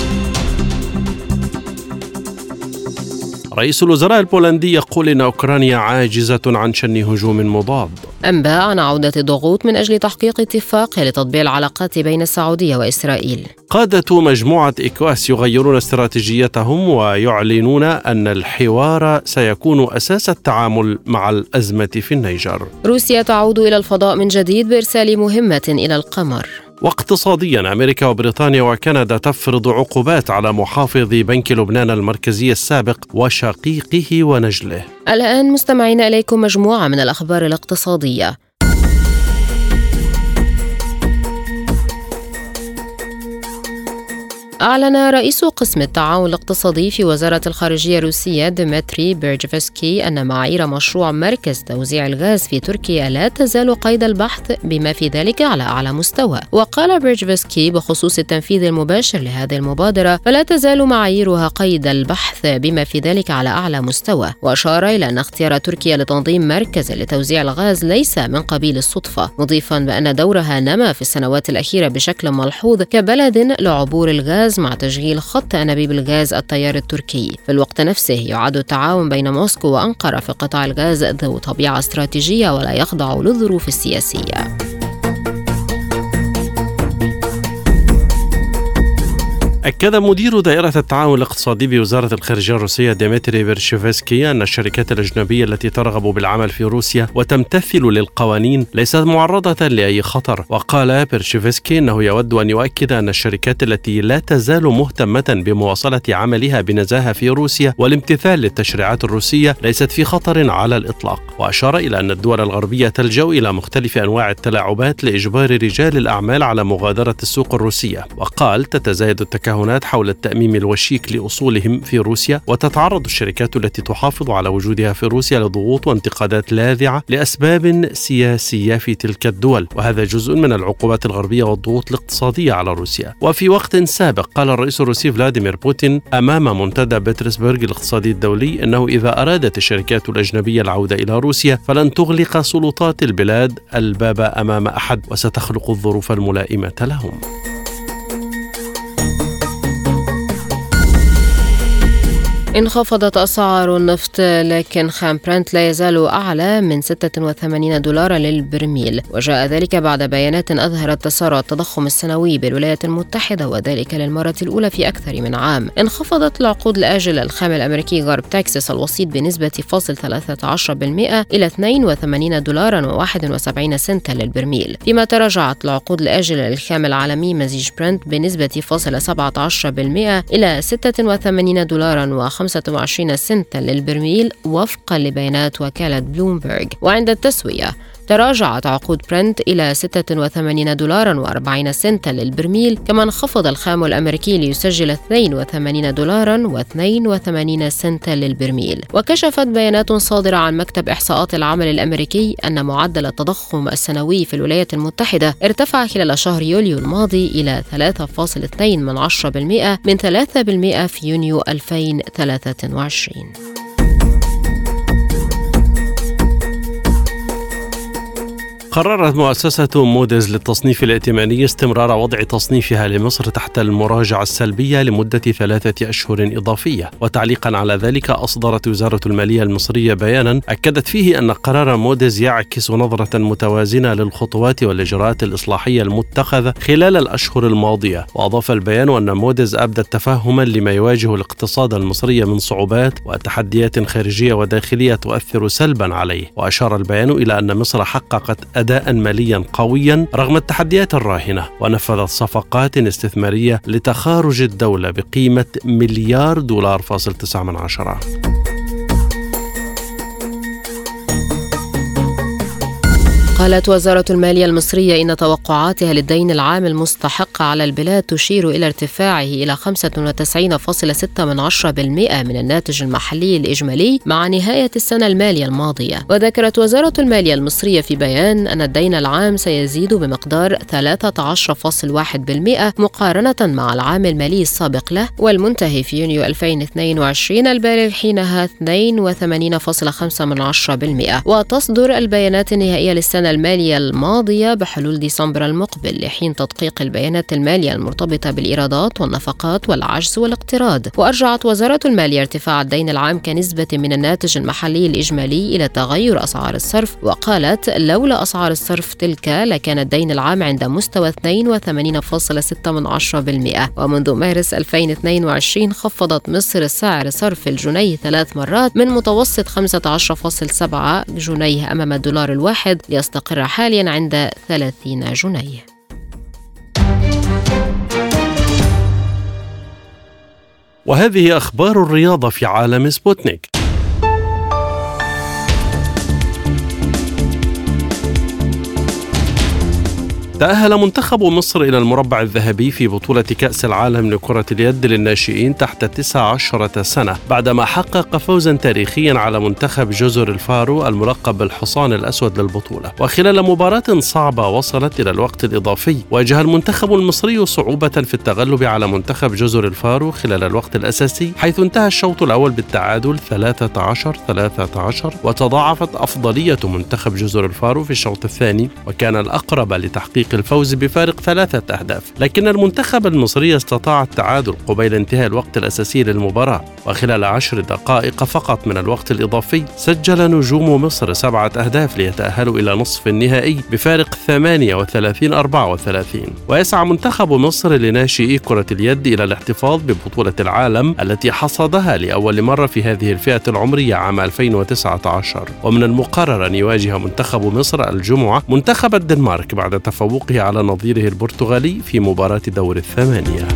رئيس الوزراء البولندي يقول إن أوكرانيا عاجزة عن شن هجوم مضاد. أنباء عن عودة الضغوط من أجل تحقيق اتفاق لتطبيع العلاقات بين السعودية وإسرائيل. قادة مجموعة إكواس يغيرون استراتيجيتهم ويعلنون أن الحوار سيكون أساس التعامل مع الأزمة في النيجر. روسيا تعود إلى الفضاء من جديد بإرسال مهمة إلى القمر. واقتصاديا أمريكا وبريطانيا وكندا تفرض عقوبات على محافظ بنك لبنان المركزي السابق وشقيقه ونجله. الآن مستمعين إليكم مجموعة من الأخبار الاقتصادية. أعلن رئيس قسم التعاون الاقتصادي في وزارة الخارجية الروسية ديمتري بيرجفسكي أن معايير مشروع مركز توزيع الغاز في تركيا لا تزال قيد البحث بما في ذلك على أعلى مستوى. وقال بيرجفسكي بخصوص التنفيذ المباشر لهذه المبادرة فلا تزال معاييرها قيد البحث بما في ذلك على أعلى مستوى. وأشار إلى أن اختيار تركيا لتنظيم مركز لتوزيع الغاز ليس من قبيل الصدفة، مضيفا بأن دورها نما في السنوات الأخيرة بشكل ملحوظ كبلد لعبور الغاز مع تشغيل خط أنابيب الغاز التيار التركي. في الوقت نفسه يعد التعاون بين موسكو وأنقرة في قطاع الغاز ذو طبيعة استراتيجية ولا يخضع للظروف السياسية. أكد مدير دائرة التعاون الاقتصادي بوزارة الخارجية الروسية ديمتري بيرشيفسكي أن الشركات الأجنبية التي ترغب بالعمل في روسيا وتمتثل للقوانين ليست معرضة لأي خطر. وقال بيرشيفسكي أنه يود أن يؤكد أن الشركات التي لا تزال مهتمة بمواصلة عملها بنزاهة في روسيا والامتثال للتشريعات الروسية ليست في خطر على الإطلاق. وأشار إلى أن الدول الغربية تلجأ إلى مختلف أنواع التلاعبات لإجبار رجال الأعمال على مغادرة السوق الروسية. وقال تتزايد التكهنات حول التأميم الوشيك لأصولهم في روسيا، وتتعرض الشركات التي تحافظ على وجودها في روسيا لضغوط وانتقادات لاذعة لأسباب سياسية في تلك الدول، وهذا جزء من العقوبات الغربية والضغوط الاقتصادية على روسيا. وفي وقت سابق قال الرئيس الروسي فلاديمير بوتين أمام منتدى بطرسبرغ الاقتصادي الدولي أنه إذا أرادت الشركات الأجنبية العودة إلى روسيا فلن تغلق سلطات البلاد الباب أمام أحد وستخلق الظروف الملائمة لهم. انخفضت أسعار النفط لكن خام برنت لا يزال أعلى من $86 للبرميل، وجاء ذلك بعد بيانات أظهرت تسارع التضخم السنوي بالولايات المتحدة وذلك للمرة الأولى في أكثر من عام. انخفضت العقود الآجلة الخام الأمريكي غرب تكساس الوسيط بنسبة 0.13% إلى $82.71 للبرميل، فيما تراجعت العقود الآجلة للخام العالمي مزيج برنت بنسبة 0.17% إلى $86.25 للبرميل وفقا لبيانات وكالة بلومبرغ. وعند التسوية تراجعت عقود برنت إلى $86.40 للبرميل، كما انخفض الخام الأمريكي ليسجل $82.82 للبرميل. وكشفت بيانات صادرة عن مكتب إحصاءات العمل الأمريكي أن معدل التضخم السنوي في الولايات المتحدة ارتفع خلال شهر يوليو الماضي إلى 3.2% من 3% في يونيو 2023. قررت مؤسسة موديز للتصنيف الائتماني استمرار وضع تصنيفها لمصر تحت المراجعة السلبية لمدة 3 أشهر إضافية. وتعليقا على ذلك أصدرت وزارة المالية المصرية بيانا أكدت فيه أن قرار موديز يعكس نظرة متوازنة للخطوات والإجراءات الإصلاحية المتخذة خلال الأشهر الماضية. وأضاف البيان أن موديز أبدت تفهما لما يواجه الاقتصاد المصري من صعوبات وتحديات خارجية وداخلية تؤثر سلبا عليه. وأشار البيان إلى أن مصر حققت أداء ماليا قويا رغم التحديات الراهنة، ونفذت صفقات استثمارية لتخارج الدولة بقيمة $1.9. قالت وزارة المالية المصرية إن توقعاتها للدين العام المستحق على البلاد تشير إلى ارتفاعه إلى 95.6% من الناتج المحلي الإجمالي مع نهاية السنة المالية الماضية. وذكرت وزارة المالية المصرية في بيان أن الدين العام سيزيد بمقدار 13.1% مقارنة مع العام المالي السابق له والمنتهي في يونيو 2022 البالغ حينها 82.5%. وتصدر البيانات النهائية للسنة المالية الماضية بحلول ديسمبر المقبل لحين تدقيق البيانات المالية المرتبطة بالإيرادات والنفقات والعجز والاقتراض. وأرجعت وزارة المالية ارتفاع الدين العام كنسبة من الناتج المحلي الإجمالي إلى تغير أسعار الصرف، وقالت لولا أسعار الصرف تلك لكان الدين العام عند مستوى 82.6%. ومنذ مارس 2022 خفضت مصر سعر صرف الجنيه 3 مرات من متوسط 15.7 جنيه أمام الدولار الواحد ليستقر حاليا عند 30 جنيه. وهذه أخبار الرياضة في عالم سبوتنيك. تأهل منتخب مصر إلى المربع الذهبي في بطولة كأس العالم لكرة اليد للناشئين تحت 19 سنة بعدما حقق فوزا تاريخيا على منتخب جزر الفارو الملقب بالحصان الأسود للبطولة. وخلال مباراة صعبة وصلت إلى الوقت الإضافي، واجه المنتخب المصري صعوبة في التغلب على منتخب جزر الفارو خلال الوقت الأساسي، حيث انتهى الشوط الأول بالتعادل 13-13، وتضاعفت أفضلية منتخب جزر الفارو في الشوط الثاني وكان الأقرب لتحقيق الفوز بفارق 3 أهداف. لكن المنتخب المصري استطاع التعادل قبيل انتهاء الوقت الأساسي للمباراة، وخلال 10 دقائق فقط من الوقت الإضافي سجل نجوم مصر 7 أهداف ليتأهلوا إلى نصف النهائي بفارق 38-34. ويسعى منتخب مصر لناشئي كرة اليد إلى الاحتفاظ ببطولة العالم التي حصدها لأول مرة في هذه الفئة العمرية عام 2019. ومن المقرر أن يواجه منتخب مصر الجمعة منتخب الدنمارك بعد تفوقه على نظيره البرتغالي في مباراة دور الثمانية.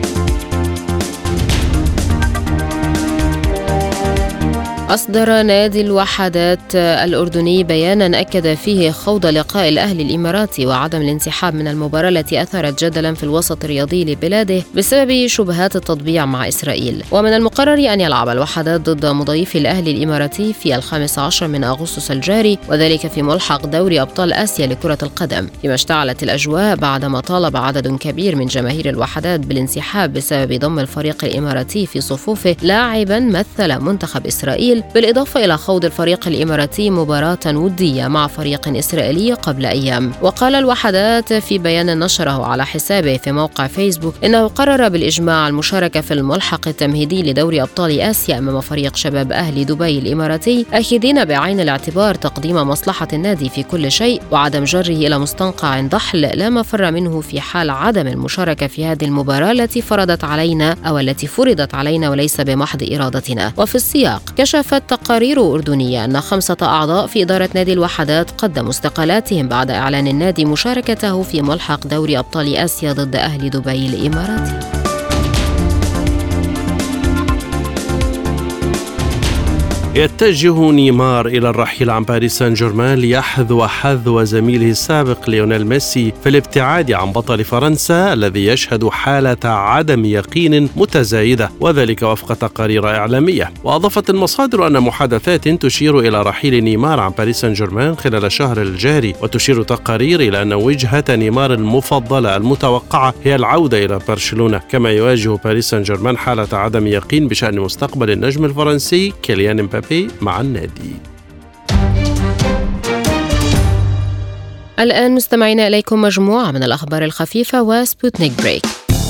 أصدر نادي الوحدات الأردني بيانا أكد فيه خوض لقاء الأهلي الإماراتي وعدم الانسحاب من المباراة التي أثارت جدلا في الوسط الرياضي لبلاده بسبب شبهات التطبيع مع إسرائيل. ومن المقرر أن يلعب الوحدات ضد مضيف الأهلي الإماراتي في 15 من أغسطس الجاري، وذلك في ملحق دوري أبطال آسيا لكرة القدم، فيما اشتعلت الأجواء بعدما طالب عدد كبير من جماهير الوحدات بالانسحاب بسبب ضم الفريق الإماراتي في صفوفه لاعبا مثل منتخب إسرائيل، بالإضافة إلى خوض الفريق الإماراتي مباراة ودية مع فريق إسرائيلي قبل أيام. وقال الوحدات في بيان نشره على حسابه في موقع فيسبوك إنه قرر بالإجماع المشاركة في الملحق التمهيدي لدوري أبطال آسيا أمام فريق شباب أهلي دبي الإماراتي، أخذين بعين الاعتبار تقديم مصلحة النادي في كل شيء وعدم جره إلى مستنقع ضحل لا مفر منه في حال عدم المشاركة في هذه المباراة التي فرضت علينا وليس بمحض إرادتنا. وفي السياق كشفت تقارير أردنية أن 5 أعضاء في إدارة نادي الوحدات قدموا استقالاتهم بعد إعلان النادي مشاركته في ملحق دوري أبطال آسيا ضد أهلي دبي الإماراتي. يتجه نيمار إلى الرحيل عن باريس سان جيرمان ليحذو حذو زميله السابق ليونيل ميسي في الابتعاد عن بطل فرنسا الذي يشهد حالة عدم يقين متزايدة، وذلك وفق تقارير إعلامية. وأضافت المصادر أن محادثات تشير إلى رحيل نيمار عن باريس سان جيرمان خلال الشهر الجاري، وتشير تقارير إلى أن وجهة نيمار المفضلة المتوقعة هي العودة إلى برشلونة، كما يواجه باريس سان جيرمان حالة عدم يقين بشأن مستقبل النجم الفرنسي كيليان مبابي مع النادي. الآن مستمعين إليكم مجموعة من الأخبار الخفيفة وسبوتنيك بريك.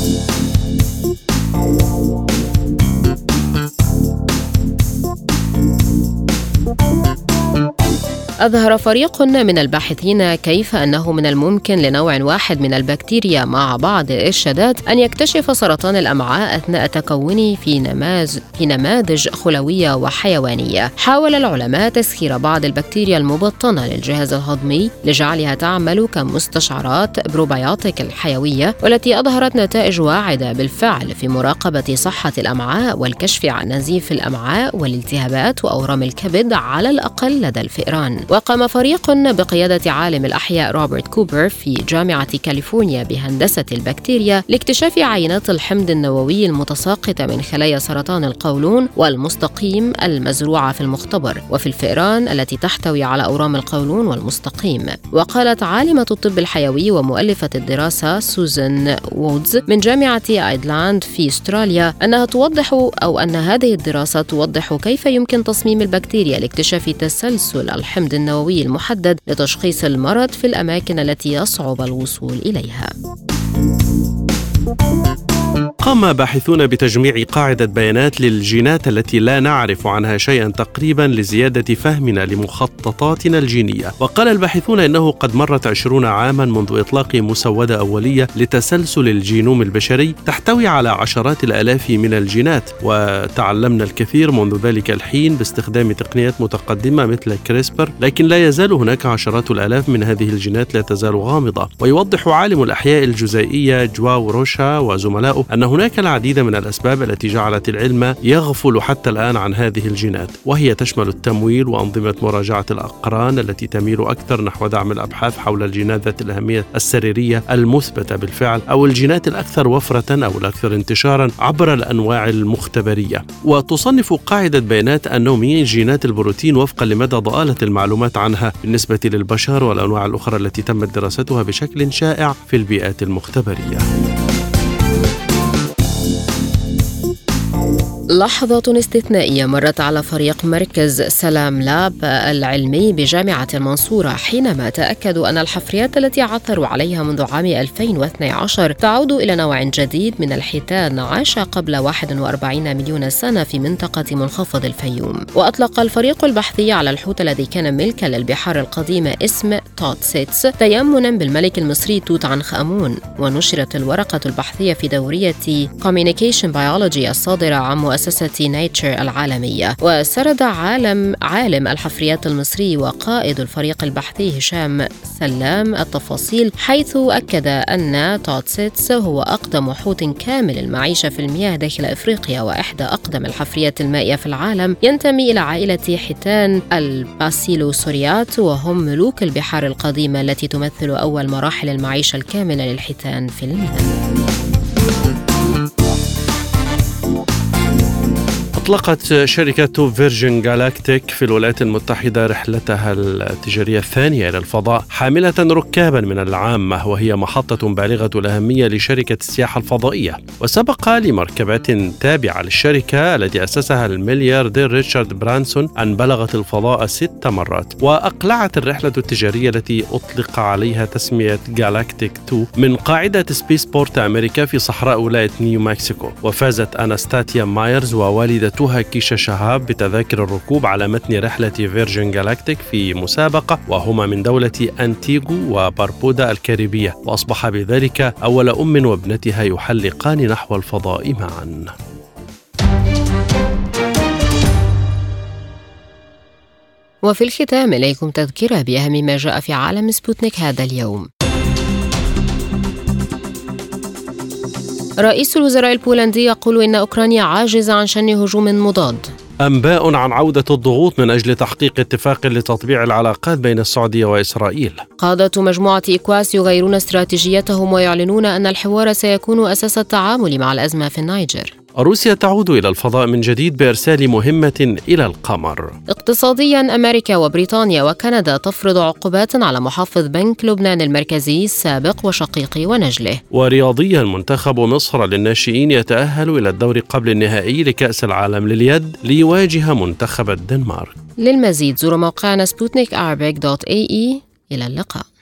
أظهر فريق من الباحثين كيف أنه من الممكن لنوع واحد من البكتيريا مع بعض الإرشادات أن يكتشف سرطان الأمعاء أثناء تكونه في نماذج خلوية وحيوانية. حاول العلماء تسخير بعض البكتيريا المبطنة للجهاز الهضمي لجعلها تعمل كمستشعرات بروبيوتيك الحيوية، والتي أظهرت نتائج واعدة بالفعل في مراقبة صحة الأمعاء والكشف عن نزيف الأمعاء والالتهابات وأورام الكبد على الأقل لدى الفئران. وقام فريق بقيادة عالم الأحياء روبرت كوبر في جامعة كاليفورنيا بهندسة البكتيريا لاكتشاف عينات الحمض النووي المتساقطة من خلايا سرطان القولون والمستقيم المزروعة في المختبر وفي الفئران التي تحتوي على أورام القولون والمستقيم. وقالت عالمة الطب الحيوي ومؤلفة الدراسة سوزان وودز من جامعة آيدلاند في أستراليا أن هذه الدراسة توضح كيف يمكن تصميم البكتيريا لاكتشاف تسلسل الحمض النووي المحدد لتشخيص المرض في الأماكن التي يصعب الوصول إليها. قام باحثون بتجميع قاعدة بيانات للجينات التي لا نعرف عنها شيئا تقريبا لزيادة فهمنا لمخططاتنا الجينية. وقال الباحثون إنه قد مرت 20 عاما منذ إطلاق مسودة أولية لتسلسل الجينوم البشري تحتوي على عشرات الآلاف من الجينات، وتعلمنا الكثير منذ ذلك الحين باستخدام تقنيات متقدمة مثل كريسبر، لكن لا يزال هناك عشرات الآلاف من هذه الجينات لا تزال غامضة. ويوضح عالم الأحياء الجزيئية جواو روشا وزملائه أن هناك العديد من الأسباب التي جعلت العلم يغفل حتى الآن عن هذه الجينات، وهي تشمل التمويل وأنظمة مراجعة الأقران التي تميل أكثر نحو دعم الأبحاث حول الجينات ذات الأهمية السريرية المثبتة بالفعل، أو الجينات الأكثر وفرة أو الأكثر انتشارا عبر الأنواع المختبرية. وتصنف قاعدة بيانات النومي جينات البروتين وفقا لمدى ضآلة المعلومات عنها بالنسبة للبشر والأنواع الأخرى التي تمت دراستها بشكل شائع في البيئات المختبرية. لحظة استثنائية مرت على فريق مركز سلام لاب العلمي بجامعة المنصورة حينما تأكدوا أن الحفريات التي عثروا عليها منذ عام 2012 تعود إلى نوع جديد من الحيتان عاش قبل 41 مليون سنة في منطقة منخفض الفيوم. وأطلق الفريق البحثي على الحوت الذي كان ملكا للبحار القديمة اسم توتسيتس تيمنا بالملك المصري توت عنخ آمون. ونشرت الورقة البحثية في دورية Communication Biology الصادرة عن مؤسسة نيتشر العالمية. وسرد عالم الحفريات المصري وقائد الفريق البحثي هشام سلام التفاصيل، حيث أكد أن توتسيتس هو أقدم حوت كامل المعيشة في المياه داخل أفريقيا وإحدى أقدم الحفريات المائية في العالم، ينتمي إلى عائلة حيتان الباسيلوسوريات، وهم ملوك البحار القديمة التي تمثل أول مراحل المعيشة الكاملة للحيتان في المياه. أطلقت شركة فيرجن جالاكتيك في الولايات المتحدة رحلتها التجارية الثانية إلى الفضاء حاملة ركابا من العامة، وهي محطة بالغة الأهمية لشركة السياحة الفضائية. وسبق لمركبات تابعة للشركة التي أسسها الملياردير ريتشارد برانسون أن بلغت الفضاء 6 مرات. وأقلعت الرحلة التجارية التي أطلق عليها تسمية جالاكتيك 2 من قاعدة سبيس بورت أمريكا في صحراء ولاية نيو مكسيكو. وفازت أناستاتيا مايرز ووالدتها كيشا شهاب بتذاكر الركوب على متن رحلة فيرجن جالاكتيك في مسابقة، وهما من دولة أنتيغو وباربودا الكاريبية، وأصبح بذلك أول أم وابنتها يحلقان نحو الفضاء معا. وفي الختام إليكم تذكرة بأهم ما جاء في عالم سبوتنيك هذا اليوم. رئيس الوزراء البولندي يقول إن أوكرانيا عاجزة عن شن هجوم مضاد. أنباء عن عودة الضغوط من أجل تحقيق اتفاق لتطبيع العلاقات بين السعودية وإسرائيل. قادة مجموعة إكواس يغيرون استراتيجيتهم ويعلنون أن الحوار سيكون أساس التعامل مع الأزمة في النيجر. روسيا تعود إلى الفضاء من جديد بإرسال مهمة إلى القمر. اقتصاديا، أمريكا وبريطانيا وكندا تفرض عقوبات على محافظ بنك لبنان المركزي السابق وشقيقه ونجله. ورياضيا، منتخب مصر للناشئين يتأهل إلى الدور قبل النهائي لكأس العالم لليد ليواجه منتخب الدنمارك. للمزيد زوروا موقعنا sputnikarabic.ae. إلى اللقاء.